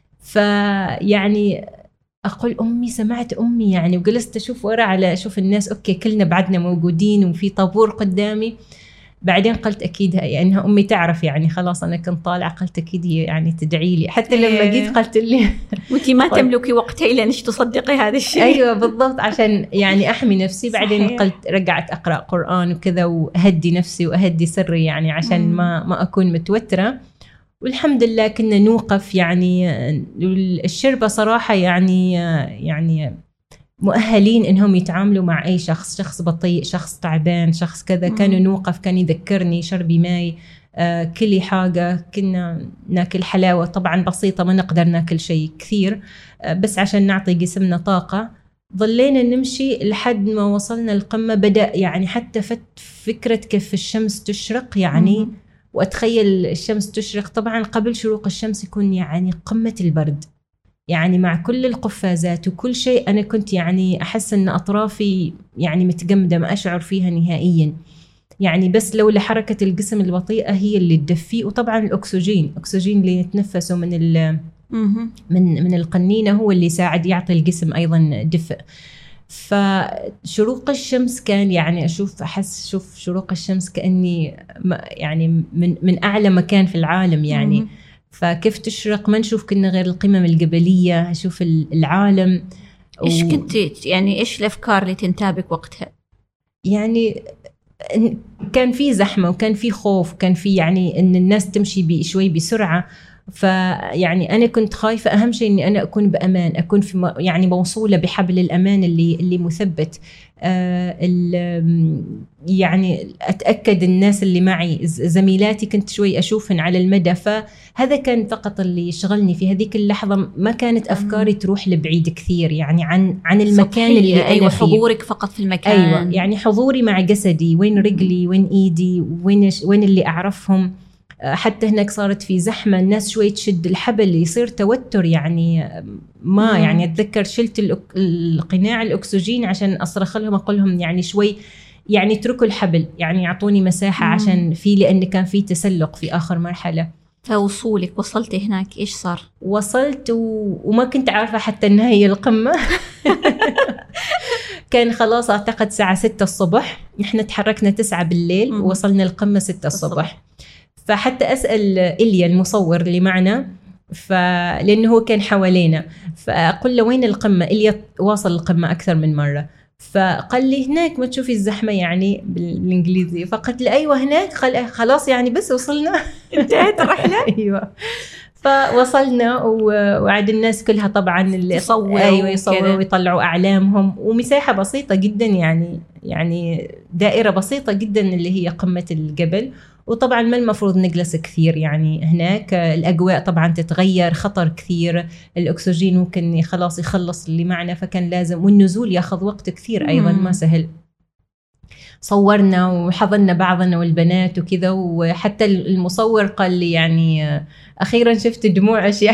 فيعني أقول أمي سمعت أمي يعني، وجلست أشوف ورا على أشوف الناس أوكي كلنا بعدنا موجودين وفي طابور قدامي. بعدين قلت أكيد هي أنها أمي تعرف يعني، خلاص أنا كنت طالعة قلت أكيد هي يعني تدعي لي، حتى لما جيت قلت لي وأنتي ما تملكي وقتين لأنش تصدقي هذا الشيء. أيوة بالضبط عشان يعني أحمي نفسي. بعدين صحيح. قلت رجعت أقرأ قرآن وكذا وأهدي نفسي وأهدي سري يعني عشان مم. ما ما أكون متوترة. والحمد لله كنا نوقف يعني. الشربة صراحة يعني يعني مؤهلين إنهم يتعاملوا مع أي شخص، شخص بطيء، شخص تعبان، شخص كذا. كانوا نوقف، كان يذكرني شربي ماي، آه كلي حاجة. كنا ناكل حلاوة طبعا بسيطة، ما نقدر ناكل شيء كثير، آه بس عشان نعطي جسمنا طاقة. ظلينا نمشي لحد ما وصلنا القمة. بدأ يعني حتى فت فكرة كيف الشمس تشرق يعني مم. وأتخيل الشمس تشرق. طبعا قبل شروق الشمس يكون يعني قمة البرد يعني، مع كل القفازات وكل شيء أنا كنت يعني أحس أن أطرافي يعني متجمدة، ما أشعر فيها نهائيا يعني، بس لولا حركة الجسم البطيئة هي اللي تدفي. وطبعا الأكسجين أكسجين اللي نتنفسه من من من القنينة هو اللي يساعد يعطي الجسم أيضا دفء. فشروق الشمس كان يعني أشوف أحس شوف شروق الشمس كأني يعني من من أعلى مكان في العالم يعني. فكيف تشرق ما نشوف كنا غير القمم الجبلية، أشوف العالم. إيش و... كنت يعني إيش الأفكار اللي تنتابك وقتها؟ يعني كان في زحمة وكان في خوف، كان في يعني إن الناس تمشي بشوي بسرعة. فيعني أنا كنت خايفة، أهم شيء إني أنا أكون بأمان، أكون في يعني موصولة بحبل الأمان اللي اللي مثبت. آه يعني أتأكد الناس اللي معي زميلاتي كنت شوي أشوفهن على المدى. فهذا كان فقط اللي يشغلني في هذيك اللحظة. ما كانت أفكاري تروح لبعيد كثير يعني عن عن المكان اللي أيوة أنا فيه. حضورك فقط في المكان. أيوة يعني حضوري مع جسدي، وين رجلي وين إيدي وين وين اللي أعرفهم. حتى هناك صارت في زحمة، الناس شوي تشد الحبل يصير توتر يعني. ما مم. يعني أتذكر شلت القناع الأكسجين عشان أصرخ لهم أقول لهم يعني شوي يعني اتركوا الحبل يعني يعطوني مساحة مم. عشان في لأن كان في تسلق في آخر مرحلة. فوصولك وصلت هناك إيش صار؟ وصلت و... وما كنت عارفة حتى إنها هي القمة. كان خلاص أعتقد ساعة ستة الصبح، إحنا تحركنا تسعة بالليل مم. ووصلنا القمة ستة الصبح. فحتى أسأل إليا المصور اللي معنا، فلأنه هو كان حوالينا، فأقول له وين القمة؟ إليا واصل القمة أكثر من مرة. فقال لي هناك ما تشوفي الزحمة يعني بالإنجليزي. فقلت له أيوة هناك. خلاص يعني بس وصلنا انتهت الرحلة. أيوة فوصلنا وعد الناس كلها طبعا اللي يصوروا أيوة يصوروا ويطلعوا أعلامهم، ومساحة بسيطة جدا يعني يعني دائرة بسيطة جدا اللي هي قمة الجبل. وطبعا ما المفروض نجلس كثير يعني هناك، الأجواء طبعا تتغير، خطر كثير، الأكسجين ممكن خلاص يخلص اللي معنا، فكان لازم، والنزول ياخذ وقت كثير أيضا ما سهل. صورنا وحضرنا بعضنا والبنات وكذا، وحتى المصور قال لي يعني أخيرا شفت دموع أشياء.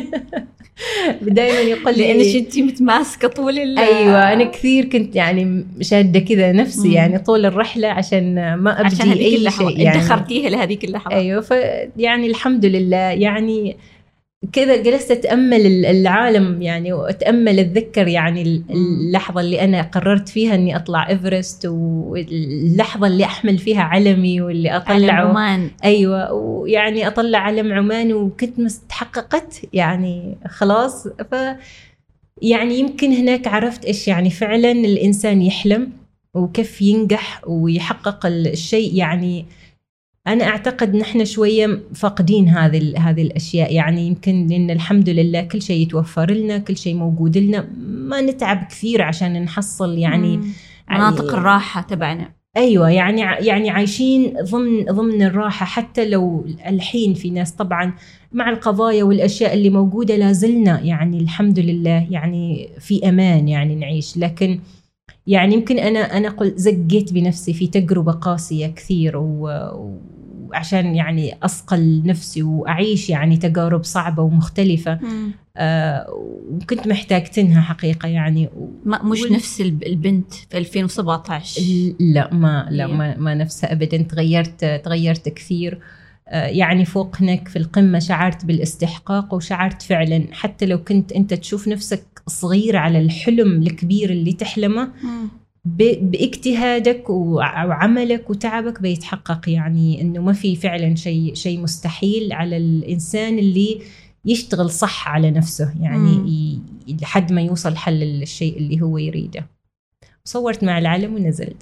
دائما يقول لي لأنك أنت متماسكة طول ال أيوة أنا كثير كنت يعني شادة كذا نفسي يعني طول الرحلة عشان ما أبدي عشان أي اللحظة. شيء يعني ادخرتيها لهذيك اللحظة. أيوة فيعني الحمد لله يعني كذا جلست أتأمل العالم يعني، وأتأمل أتذكر يعني اللحظة اللي أنا قررت فيها أني أطلع إيفرست، واللحظة اللي أحمل فيها علمي واللي أطلعه علم عمان. أيوة ويعني أطلع علم عمان، وكنت مستحققت يعني خلاص. ف يعني يمكن هناك عرفت إيش يعني فعلا الإنسان يحلم وكيف ينجح ويحقق الشيء يعني. أنا أعتقد نحن شوية فاقدين هذه هذه الأشياء يعني، يمكن لأن الحمد لله كل شيء يتوفر لنا، كل شيء موجود لنا، ما نتعب كثير عشان نحصل يعني مناطق يعني الراحة تبعنا. أيوة يعني يعني عايشين ضمن ضمن الراحة. حتى لو الحين في ناس طبعا مع القضايا والأشياء اللي موجودة لازلنا يعني الحمد لله يعني في أمان يعني نعيش. لكن يعني يمكن أنا أنا قل زقيت بنفسي في تجربة قاسية كثير، و وعشان يعني أصقل نفسي وأعيش يعني تجارب صعبة ومختلفة. آه وكنت محتاجتنها حقيقة يعني. ما مش وال... نفس البنت في ألفين وسبعة عشر. لا ما لا ما, ما نفسها أبدا. تغيرت تغيرت كثير. آه يعني فوق هناك في القمة شعرت بالاستحقاق، وشعرت فعلا حتى لو كنت أنت تشوف نفسك صغير على الحلم الكبير اللي تحلمه، باجتهادك وعملك وتعبك بيتحقق. يعني إنه ما في فعلا شيء شيء مستحيل على الإنسان اللي يشتغل صح على نفسه، يعني لحد ما يوصل حل الشيء اللي هو يريده. صورت مع العلم ونزلت.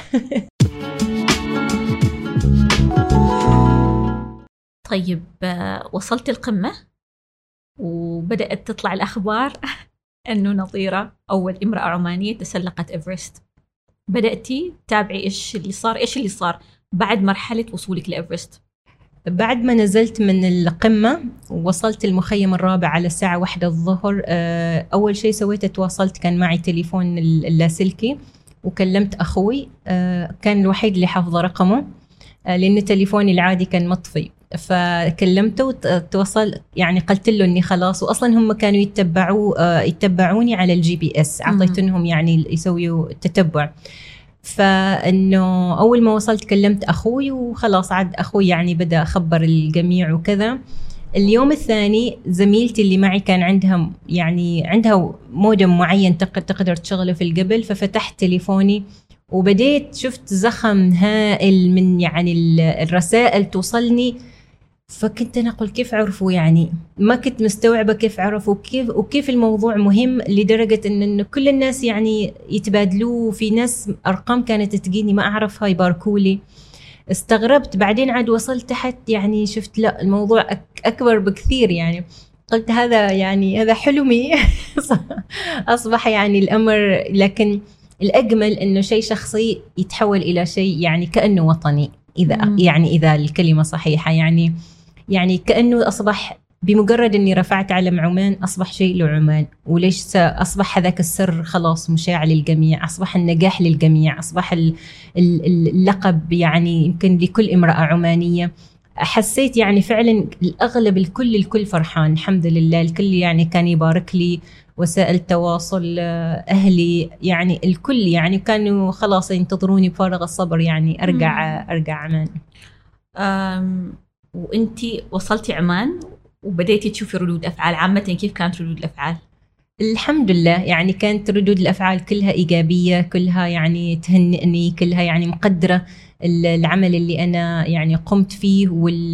طيب وصلت القمة وبدأت تطلع الأخبار أنه نظيرة أول امرأة عمانية تسلقت إيفرست. بدأتي تتابعي إيش اللي صار إيش اللي صار بعد مرحلة وصولك لإيفرست؟ بعد ما نزلت من القمة ووصلت المخيم الرابع على الساعة واحدة الظهر، أول شيء سويته تواصلت، كان معي تليفون اللاسلكي وكلمت أخوي، كان الوحيد اللي حافظ رقمه لأن تليفوني العادي كان مطفي. فكلمته وتواصل، يعني قلت له إني خلاص، وأصلا هم كانوا يتبعوا يتبعوني على الجي بي إس، عطيتهم يعني يسويوا تتبع. فإنه أول ما وصلت كلمت أخوي وخلاص عاد أخوي يعني بدأ أخبر الجميع وكذا. اليوم الثاني زميلتي اللي معي كان عندها يعني عندها مودم معين تقدر تشغله في الجبل، ففتحت تليفوني وبديت شفت زخم هائل من يعني الرسائل توصلني. فكنت أنا أقول كيف عرفوا، يعني ما كنت مستوعبة كيف عرفوا كيف وكيف الموضوع مهم لدرجة إن, إن كل الناس يعني يتبادلوه. في ناس أرقام كانت تجيني ما أعرفها يباركولي. استغربت. بعدين عاد وصلت تحت يعني شفت لا الموضوع أكبر بكثير. يعني قلت هذا يعني هذا حلمي أصبح يعني الأمر. لكن الأجمل إنه شيء شخصي يتحول إلى شيء يعني كأنه وطني، إذا مم. يعني إذا الكلمة صحيحة، يعني يعني كأنه أصبح بمجرد إني رفعت علم عمان أصبح شيء لعمان. وليش أصبح هذاك السر خلاص مشاع للجميع، أصبح النجاح للجميع، أصبح اللقب يعني يمكن لكل امرأة عمانية. حسيت يعني فعلا الأغلب الكل الكل فرحان الحمد لله. الكل يعني كان يبارك لي، وسائل تواصل، أهلي، يعني الكل يعني كانوا خلاص ينتظروني بفارغ الصبر يعني أرجع مم. أرجع عمان. أم وأنتي وصلتي عمان وبديتي تشوفي ردود أفعال عامة، كيف كانت ردود الأفعال؟ الحمد لله يعني كانت ردود الأفعال كلها إيجابية، كلها يعني تهنئني، كلها يعني مقدرة العمل اللي أنا يعني قمت فيه.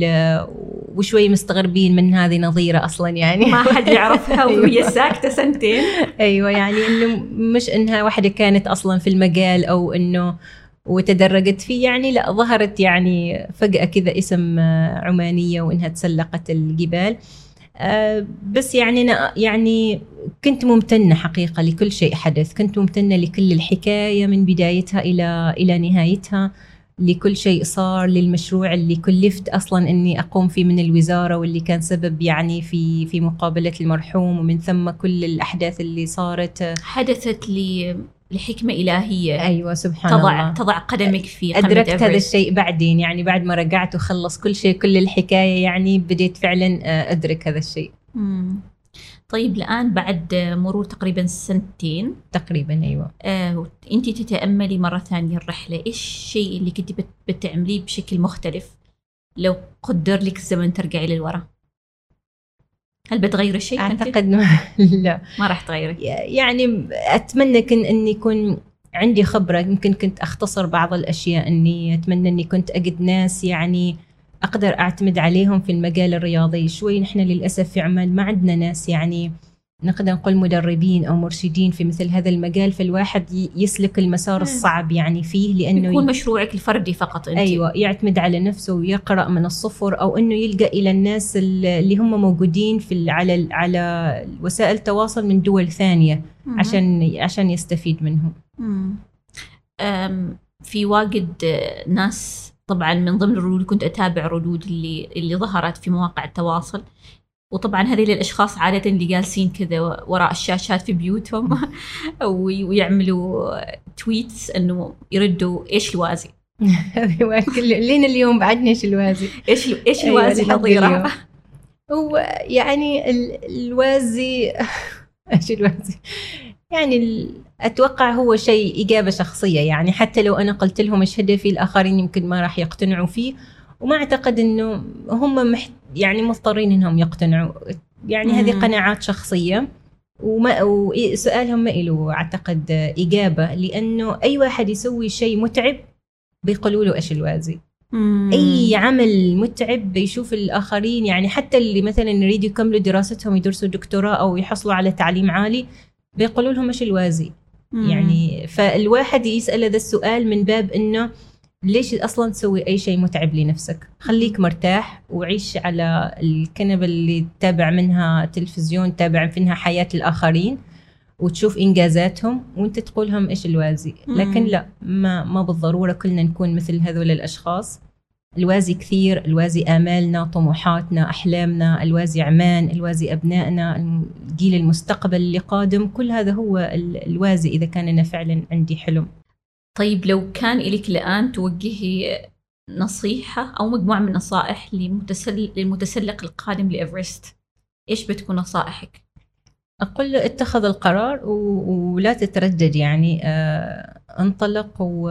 وشوي مستغربين من هذه نظيرة أصلا يعني ما حد يعرفها وهي ساكتة سنتين. أيوة يعني إنه مش إنها واحدة كانت أصلا في المجال أو إنه وتدرجت فيه، يعني لا ظهرت يعني فجأة كذا اسم عمانية وإنها تسلقت الجبال. أه بس يعني أنا يعني كنت ممتنة حقيقة لكل شيء حدث، كنت ممتنة لكل الحكاية من بدايتها إلى إلى نهايتها، لكل شيء صار، للمشروع اللي كلفت أصلا إني أقوم فيه من الوزارة واللي كان سبب يعني في في مقابلة المرحوم، ومن ثم كل الأحداث اللي صارت حدثت لي لحكمة إلهية. أيوة سبحان تضع الله. تضع قدمك في قمة أدركت إيفرست. هذا الشيء بعدين، يعني بعد ما رجعت وخلص كل شيء كل الحكاية يعني بديت فعلا أدرك هذا الشيء. مم. طيب الآن بعد مرور تقريبا سنتين تقريبا أيوة آه، أنت تتأملي مرة ثانية الرحلة، إيش الشيء اللي كنت بتعمليه بشكل مختلف لو قدر لك الزمن ترجعي للوراء؟ هل بتغير الشيء؟ أعتقد ما لا ما راح تغيري. يعني أتمنى كن أني يكون عندي خبرة، يمكن كنت أختصر بعض الأشياء. أني أتمنى أني كنت أجد ناس يعني أقدر أعتمد عليهم في المجال الرياضي. شوي نحن للأسف في عمان ما عندنا ناس يعني نقدر نقول مدربين أو مرشدين في مثل هذا المجال، فالواحد يسلك المسار الصعب يعني فيه، لأنه يكون مشروعك الفردي فقط أنت. أيوة يعتمد على نفسه ويقرأ من الصفر، أو أنه يلجأ إلى الناس اللي هم موجودين في على على وسائل التواصل من دول ثانية مم. عشان عشان يستفيد منهم. أم في واجد ناس طبعا من ضمن الردود اللي كنت أتابع ردود اللي اللي ظهرت في مواقع التواصل، وطبعا هذه الأشخاص عادة اللي جالسين كذا وراء الشاشات في بيوتهم ويعملوا تويتس أنه يردوا إيش الوازي هذه كل لين اليوم بعدنا ايش الوازي. ايش ايش أيوة الوازي لحد نظيرة؟ اليوم. هو يعني ال- الوازي ايش الوازي يعني ال- اتوقع هو شيء اجابه شخصيه، يعني حتى لو انا قلت لهم ايش هدفي الاخرين يمكن ما راح يقتنعوا فيه، وما اعتقد انه هم محت يعني مضطرين انهم يقتنعوا، يعني هذه مم. قناعات شخصيه. وما وسؤالهم ما له اعتقد اجابه، لانه اي واحد يسوي شيء متعب بيقولوا له ايش الوازي. مم. اي عمل متعب بيشوف الاخرين، يعني حتى اللي مثلا يريدوا يكملوا دراستهم يدرسوا دكتوراه او يحصلوا على تعليم عالي بيقولوا لهم ايش الوازي. مم. يعني فالواحد يسأل هذا السؤال من باب انه ليش اصلا تسوي اي شيء متعب لنفسك؟ خليك مرتاح وعيش على الكنبه اللي تتابع منها تلفزيون، تتابع منها حياه الاخرين وتشوف انجازاتهم وانت تقولهم ايش الوازي. لكن لا، ما ما بالضروره كلنا نكون مثل هذول الاشخاص. الوازي كثير، الوازي آمالنا، طموحاتنا، أحلامنا، الوازي عمان، الوازي أبنائنا، الجيل المستقبل اللي قادم، كل هذا هو الوازي إذا كان أنا فعلا عندي حلم. طيب لو كان إليك الآن توجهي نصيحة أو مجموعة من نصائح لمتسل... للمتسلق القادم لإيفرست، إيش بتكون نصائحك؟ أقول له اتخذ القرار و... ولا تتردد، يعني آه انطلق، و...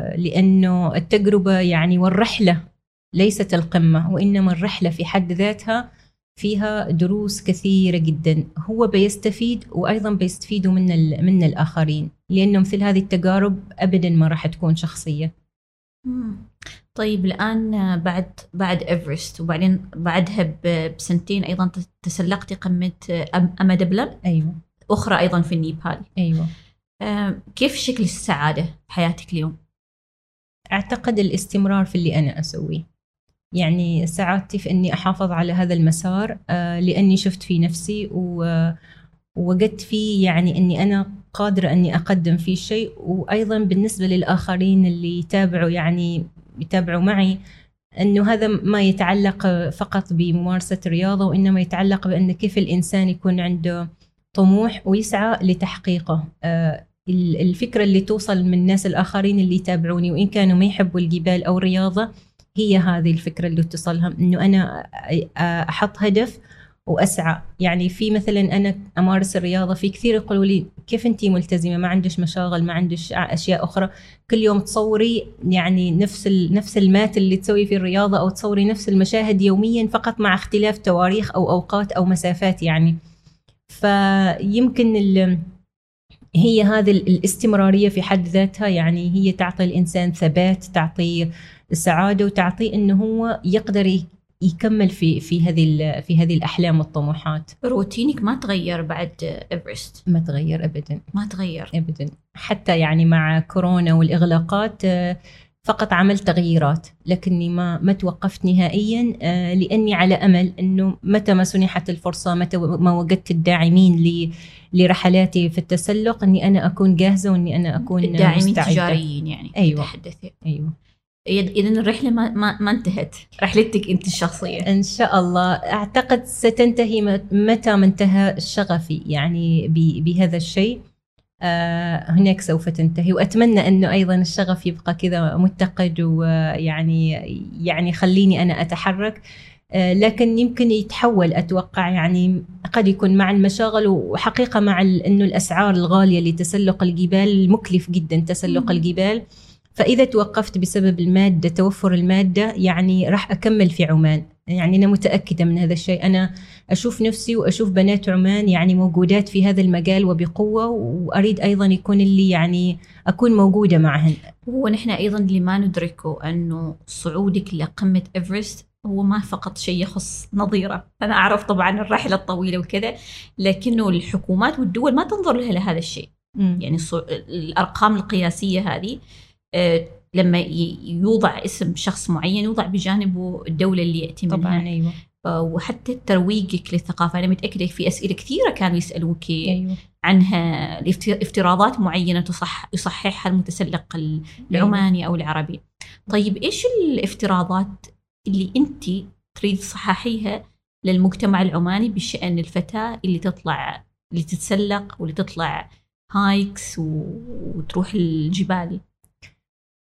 لأنه التجربة يعني والرحلة ليست القمة، وإنما الرحلة في حد ذاتها فيها دروس كثيرة جدا، هو بيستفيد وأيضا بيستفيدوا من ال... من الآخرين، لأنه مثل هذه التجارب أبدا ما راح تكون شخصية. مم. طيب الآن بعد بعد إيفرست وبعدين بعدها بسنتين أيضا تسلقتي قمة أما دبلن. أيوة. أخرى أيضا في النيبال. أيوة. آه كيف شكل السعادة في حياتك اليوم؟ أعتقد الاستمرار في اللي أنا أسويه، يعني سعادتي في أني أحافظ على هذا المسار، آه لأني شفت في نفسي ووجدت فيه يعني أني أنا قادرة أني أقدم فيه شيء، وأيضا بالنسبة للآخرين اللي يتابعوا يعني يتابعوا معي، أنه هذا ما يتعلق فقط بممارسة الرياضة، وإنما يتعلق بأن كيف الإنسان يكون عنده طموح ويسعى لتحقيقه. آه الفكرة اللي توصل من الناس الآخرين اللي يتابعوني وإن كانوا ما يحبوا الجبال أو الرياضة، هي هذه الفكرة اللي توصلهم، إنه أنا أحط هدف وأسعى. يعني في مثلا أنا أمارس الرياضة، في كثير يقولوا لي كيف أنتي ملتزمة، ما عندش مشاغل، ما عندش أشياء أخرى، كل يوم تصوري يعني نفس نفس المات اللي تسوي في الرياضة، أو تصوري نفس المشاهد يوميا فقط مع اختلاف تواريخ أو أوقات أو مسافات. يعني فيمكن هي هذه الاستمرارية في حد ذاتها، يعني هي تعطي الإنسان ثبات، تعطي السعادة، وتعطي إنه هو يقدر يكمل في في هذه في هذه الأحلام والطموحات. روتينك ما تغير بعد إيفرست؟ ما تغير أبدا. ما تغير أبدا، حتى يعني مع كورونا والإغلاقات فقط عملت تغييرات، لكني ما ما توقفت نهائيا، لأني على أمل إنه متى ما سنحت الفرصة، متى ما وجدت الداعمين لي لرحلاتي في التسلق، إني أنا أكون جاهزة وإني أنا أكون الداعمين مستعدة. تجاريين يعني. أيوة. تحدثي. أيوة. إذن الرحلة ما ما ما انتهت، رحلتك أنت الشخصية إن شاء الله. أعتقد ستنتهي متى ما انتهى شغفي يعني بهذا الشيء، آه هناك سوف تنتهي، وأتمنى أنه أيضا الشغف يبقى كذا متقد، ويعني يعني خليني أنا أتحرك، آه لكن يمكن يتحول أتوقع، يعني قد يكون مع المشاغل، وحقيقة مع أنه الأسعار الغالية لتسلق الجبال مكلف جدا تسلق الجبال، فإذا توقفت بسبب المادة، توفر المادة، يعني راح أكمل في عمان. يعني أنا متأكدة من هذا الشيء، أنا أشوف نفسي وأشوف بنات عمان يعني موجودات في هذا المجال وبقوة، وأريد أيضا يكون اللي يعني أكون موجودة معهن. ونحن أيضا اللي ما ندركه أنه صعودك لقمة إيفرست هو ما فقط شيء يخص نظيرة. أنا أعرف طبعا الرحلة الطويلة وكذا، لكنه الحكومات والدول ما تنظر لها لهذا الشيء. م. يعني الأرقام القياسية هذه لما يوضع اسم شخص معين يوضع بجانبه الدولة اللي يأتي منها. طبعا. أيوة. وحتى ترويجك للثقافة، أنا متأكدة في أسئلة كثيرة كانوا يسألوك أيوة. عنها، افتراضات معينة تصح يصححها المتسلق العماني أيوة. أو العربي. طيب إيش الافتراضات اللي أنت تريد تصححيها للمجتمع العماني بشأن الفتاة اللي تطلع اللي تتسلق واللي تطلع هايكس وتروح الجبال؟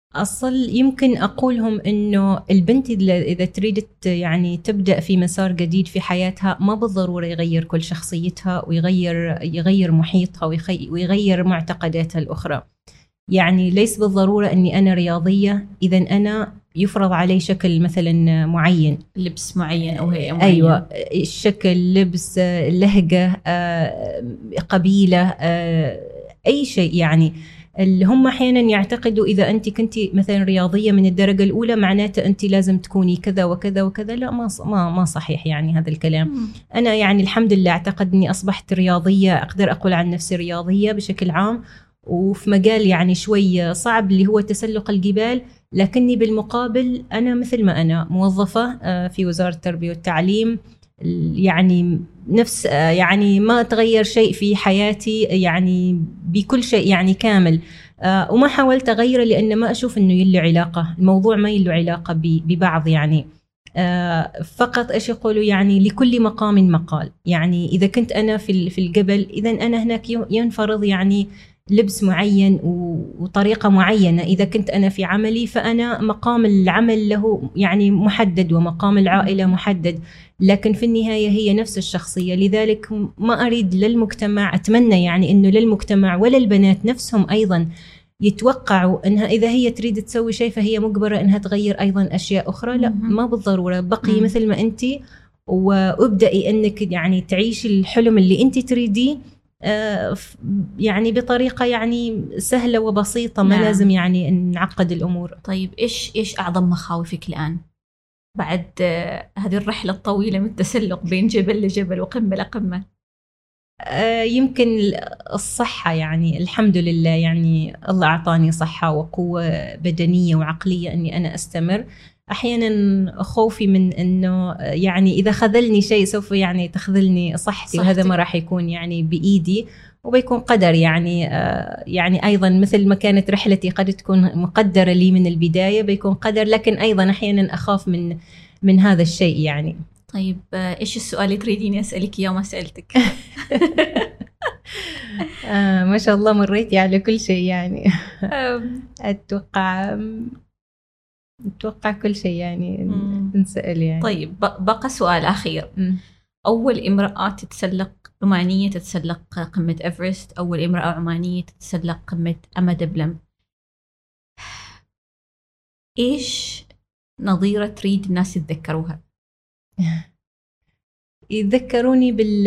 أصل يمكن أقولهم إنه البنت إذا تريد يعني تبدأ في مسار جديد في حياتها ما بالضرورة يغير كل شخصيتها ويغير يغير محيطها ويغير معتقداتها الأخرى. يعني ليس بالضرورة أني أنا رياضية إذا أنا يفرض علي شكل مثلا معين، لبس معين أو هيئة معين. أيوة، الشكل، لبس، لهجة، قبيلة، أي شيء. يعني اللي هم أحيانا يعتقدوا إذا أنت كنتي مثلا رياضية من الدرجة الأولى معناته أنت لازم تكوني كذا وكذا وكذا. لا، ما ما ما صحيح يعني هذا الكلام. م. أنا يعني الحمد لله أعتقد أني أصبحت رياضية، أقدر أقول عن نفسي رياضية بشكل عام، وفي مجال يعني شوي صعب اللي هو تسلق الجبال، لكني بالمقابل أنا مثل ما أنا موظفة في وزارة التربية والتعليم، يعني نفس يعني ما تغير شيء في حياتي يعني بكل شيء يعني كامل، وما حاولت أغيره لأن ما أشوف أنه يله علاقة، الموضوع ما يله علاقة ببعض. يعني فقط إيش يقولوا يعني لكل مقام مقال. يعني إذا كنت أنا في في الجبل إذا أنا هناك ينفرض يعني لبس معين وطريقة معينة. إذا كنت أنا في عملي فأنا مقام العمل له يعني محدد ومقام العائلة محدد، لكن في النهاية هي نفس الشخصية. لذلك ما أريد للمجتمع، أتمنى يعني أنه للمجتمع ولا البنات نفسهم أيضا يتوقعوا أنها إذا هي تريد تسوي شيء فهي مجبرة أنها تغير أيضا أشياء أخرى. لا، ما بالضرورة. بقي مثل ما أنتي وابدأي أنك يعني تعيشي الحلم اللي أنتي تريديه يعني بطريقة يعني سهلة وبسيطة. ما نعم. لازم يعني نعقد الأمور. طيب إيش إيش أعظم مخاوفك الآن بعد هذه الرحلة الطويلة من التسلق بين جبل لجبل وقمة لقمة؟ يمكن الصحة، يعني الحمد لله يعني الله أعطاني صحة وقوة بدنية وعقلية أني أنا أستمر. أحيانا خوفي من أنه يعني إذا خذلني شيء سوف يعني تخذلني صحتي, صحتي. وهذا ما راح يكون يعني بإيدي وبيكون قدر. يعني آه يعني أيضا مثل ما كانت رحلتي قد تكون مقدرة لي من البداية بيكون قدر، لكن أيضا أحيانا أخاف من من هذا الشيء يعني. طيب إيش السؤال اللي تريديني أسألك إياه وما سألتك؟ آه ما شاء الله مريتي على كل شيء يعني. أتوقع أتوقع كل شيء يعني نسأل يعني. طيب بقى سؤال أخير. م. أول امرأة تتسلق عمانية تتسلق قمة إيفرست، أول امرأة عمانية تتسلق قمة أما دبلم، إيش نظيرة تريد الناس يتذكروها؟ يتذكروني بال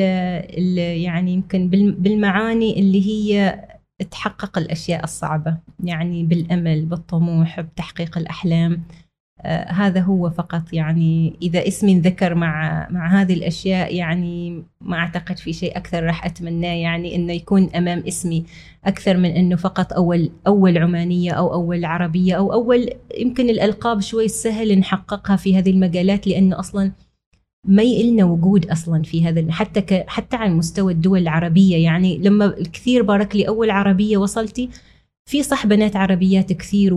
يعني يمكن بالمعاني اللي هي تحقق الأشياء الصعبة، يعني بالأمل، بالطموح، بتحقيق الأحلام. آه هذا هو فقط. يعني إذا اسمي انذكر مع مع هذه الأشياء يعني ما أعتقد في شيء أكثر راح أتمناه، يعني إنه يكون أمام اسمي أكثر من إنه فقط أول أول عمانية أو أول عربية أو أول. يمكن الألقاب شوي سهل نحققها في هذه المجالات لأنه أصلاً ما يقلنا وجود أصلاً في هذا، حتى ك حتى على مستوى الدول العربية. يعني لما الكثير بارك لي أول عربية وصلتي في صح بنات عربيات كثير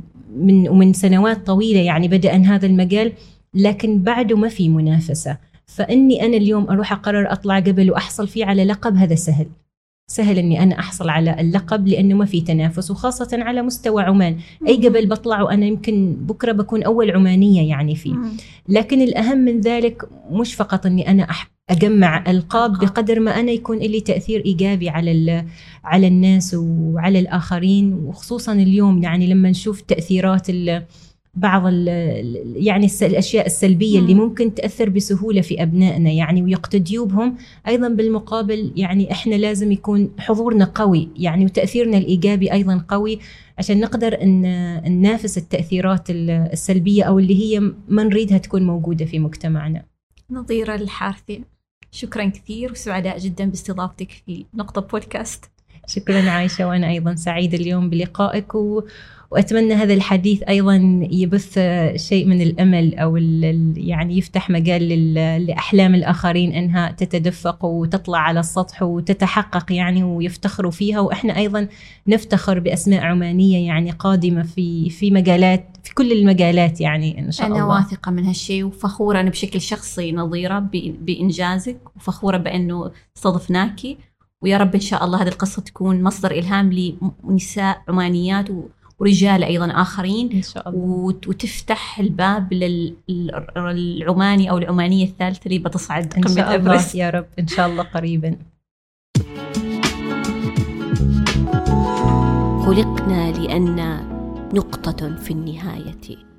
ومن ومن سنوات طويلة يعني بدأ هذا المجال، لكن بعده ما في منافسة. فإني أنا اليوم أروح أقرر أطلع جبل وأحصل فيه على لقب، هذا سهل سهل إني أنا أحصل على اللقب لأنه ما في تنافس، وخاصة على مستوى عمان. أي جبل بطلع وأنا يمكن بكرة بكون أول عمانية يعني فيه. لكن الأهم من ذلك مش فقط إني أنا أجمع ألقاب بقدر ما أنا يكون لي تأثير إيجابي على على الناس وعلى الآخرين، وخصوصا اليوم يعني لما نشوف تأثيرات بعض ال يعني الأشياء السلبية اللي ممكن تأثر بسهولة في أبنائنا يعني ويقتديوا بهم. أيضا بالمقابل يعني إحنا لازم يكون حضورنا قوي يعني وتأثيرنا الإيجابي أيضا قوي عشان نقدر أن ننافس التأثيرات السلبية أو اللي هي ما نريدها تكون موجودة في مجتمعنا. نظيرة الحارثي، شكرا كثير وسعداء جدا باستضافتك في نقطة بودكاست. شكرا عايشة، وأنا أيضا سعيدة اليوم بلقائك و... وأتمنى هذا الحديث أيضا يبث شيء من الأمل أو ال... يعني يفتح مجال لل... لأحلام الآخرين أنها تتدفق وتطلع على السطح وتتحقق يعني ويفتخروا فيها، وإحنا أيضا نفتخر بأسماء عمانية يعني قادمة في في مجالات في كل المجالات يعني إن شاء أنا الله. أنا واثقة من هالشيء وفخورة أنا بشكل شخصي نظيرة ب... بإنجازك، وفخورة بأنه استضفناكي، ويا رب إن شاء الله هذه القصة تكون مصدر إلهام لنساء عمانيات و... ورجال أيضا آخرين إن شاء الله. وتفتح الباب للعماني أو العمانية الثالثة اللي بتصعد إن قمة شاء إيفرست. الله يا رب، إن شاء الله قريبا. خلقنا لأن نقطة في النهاية.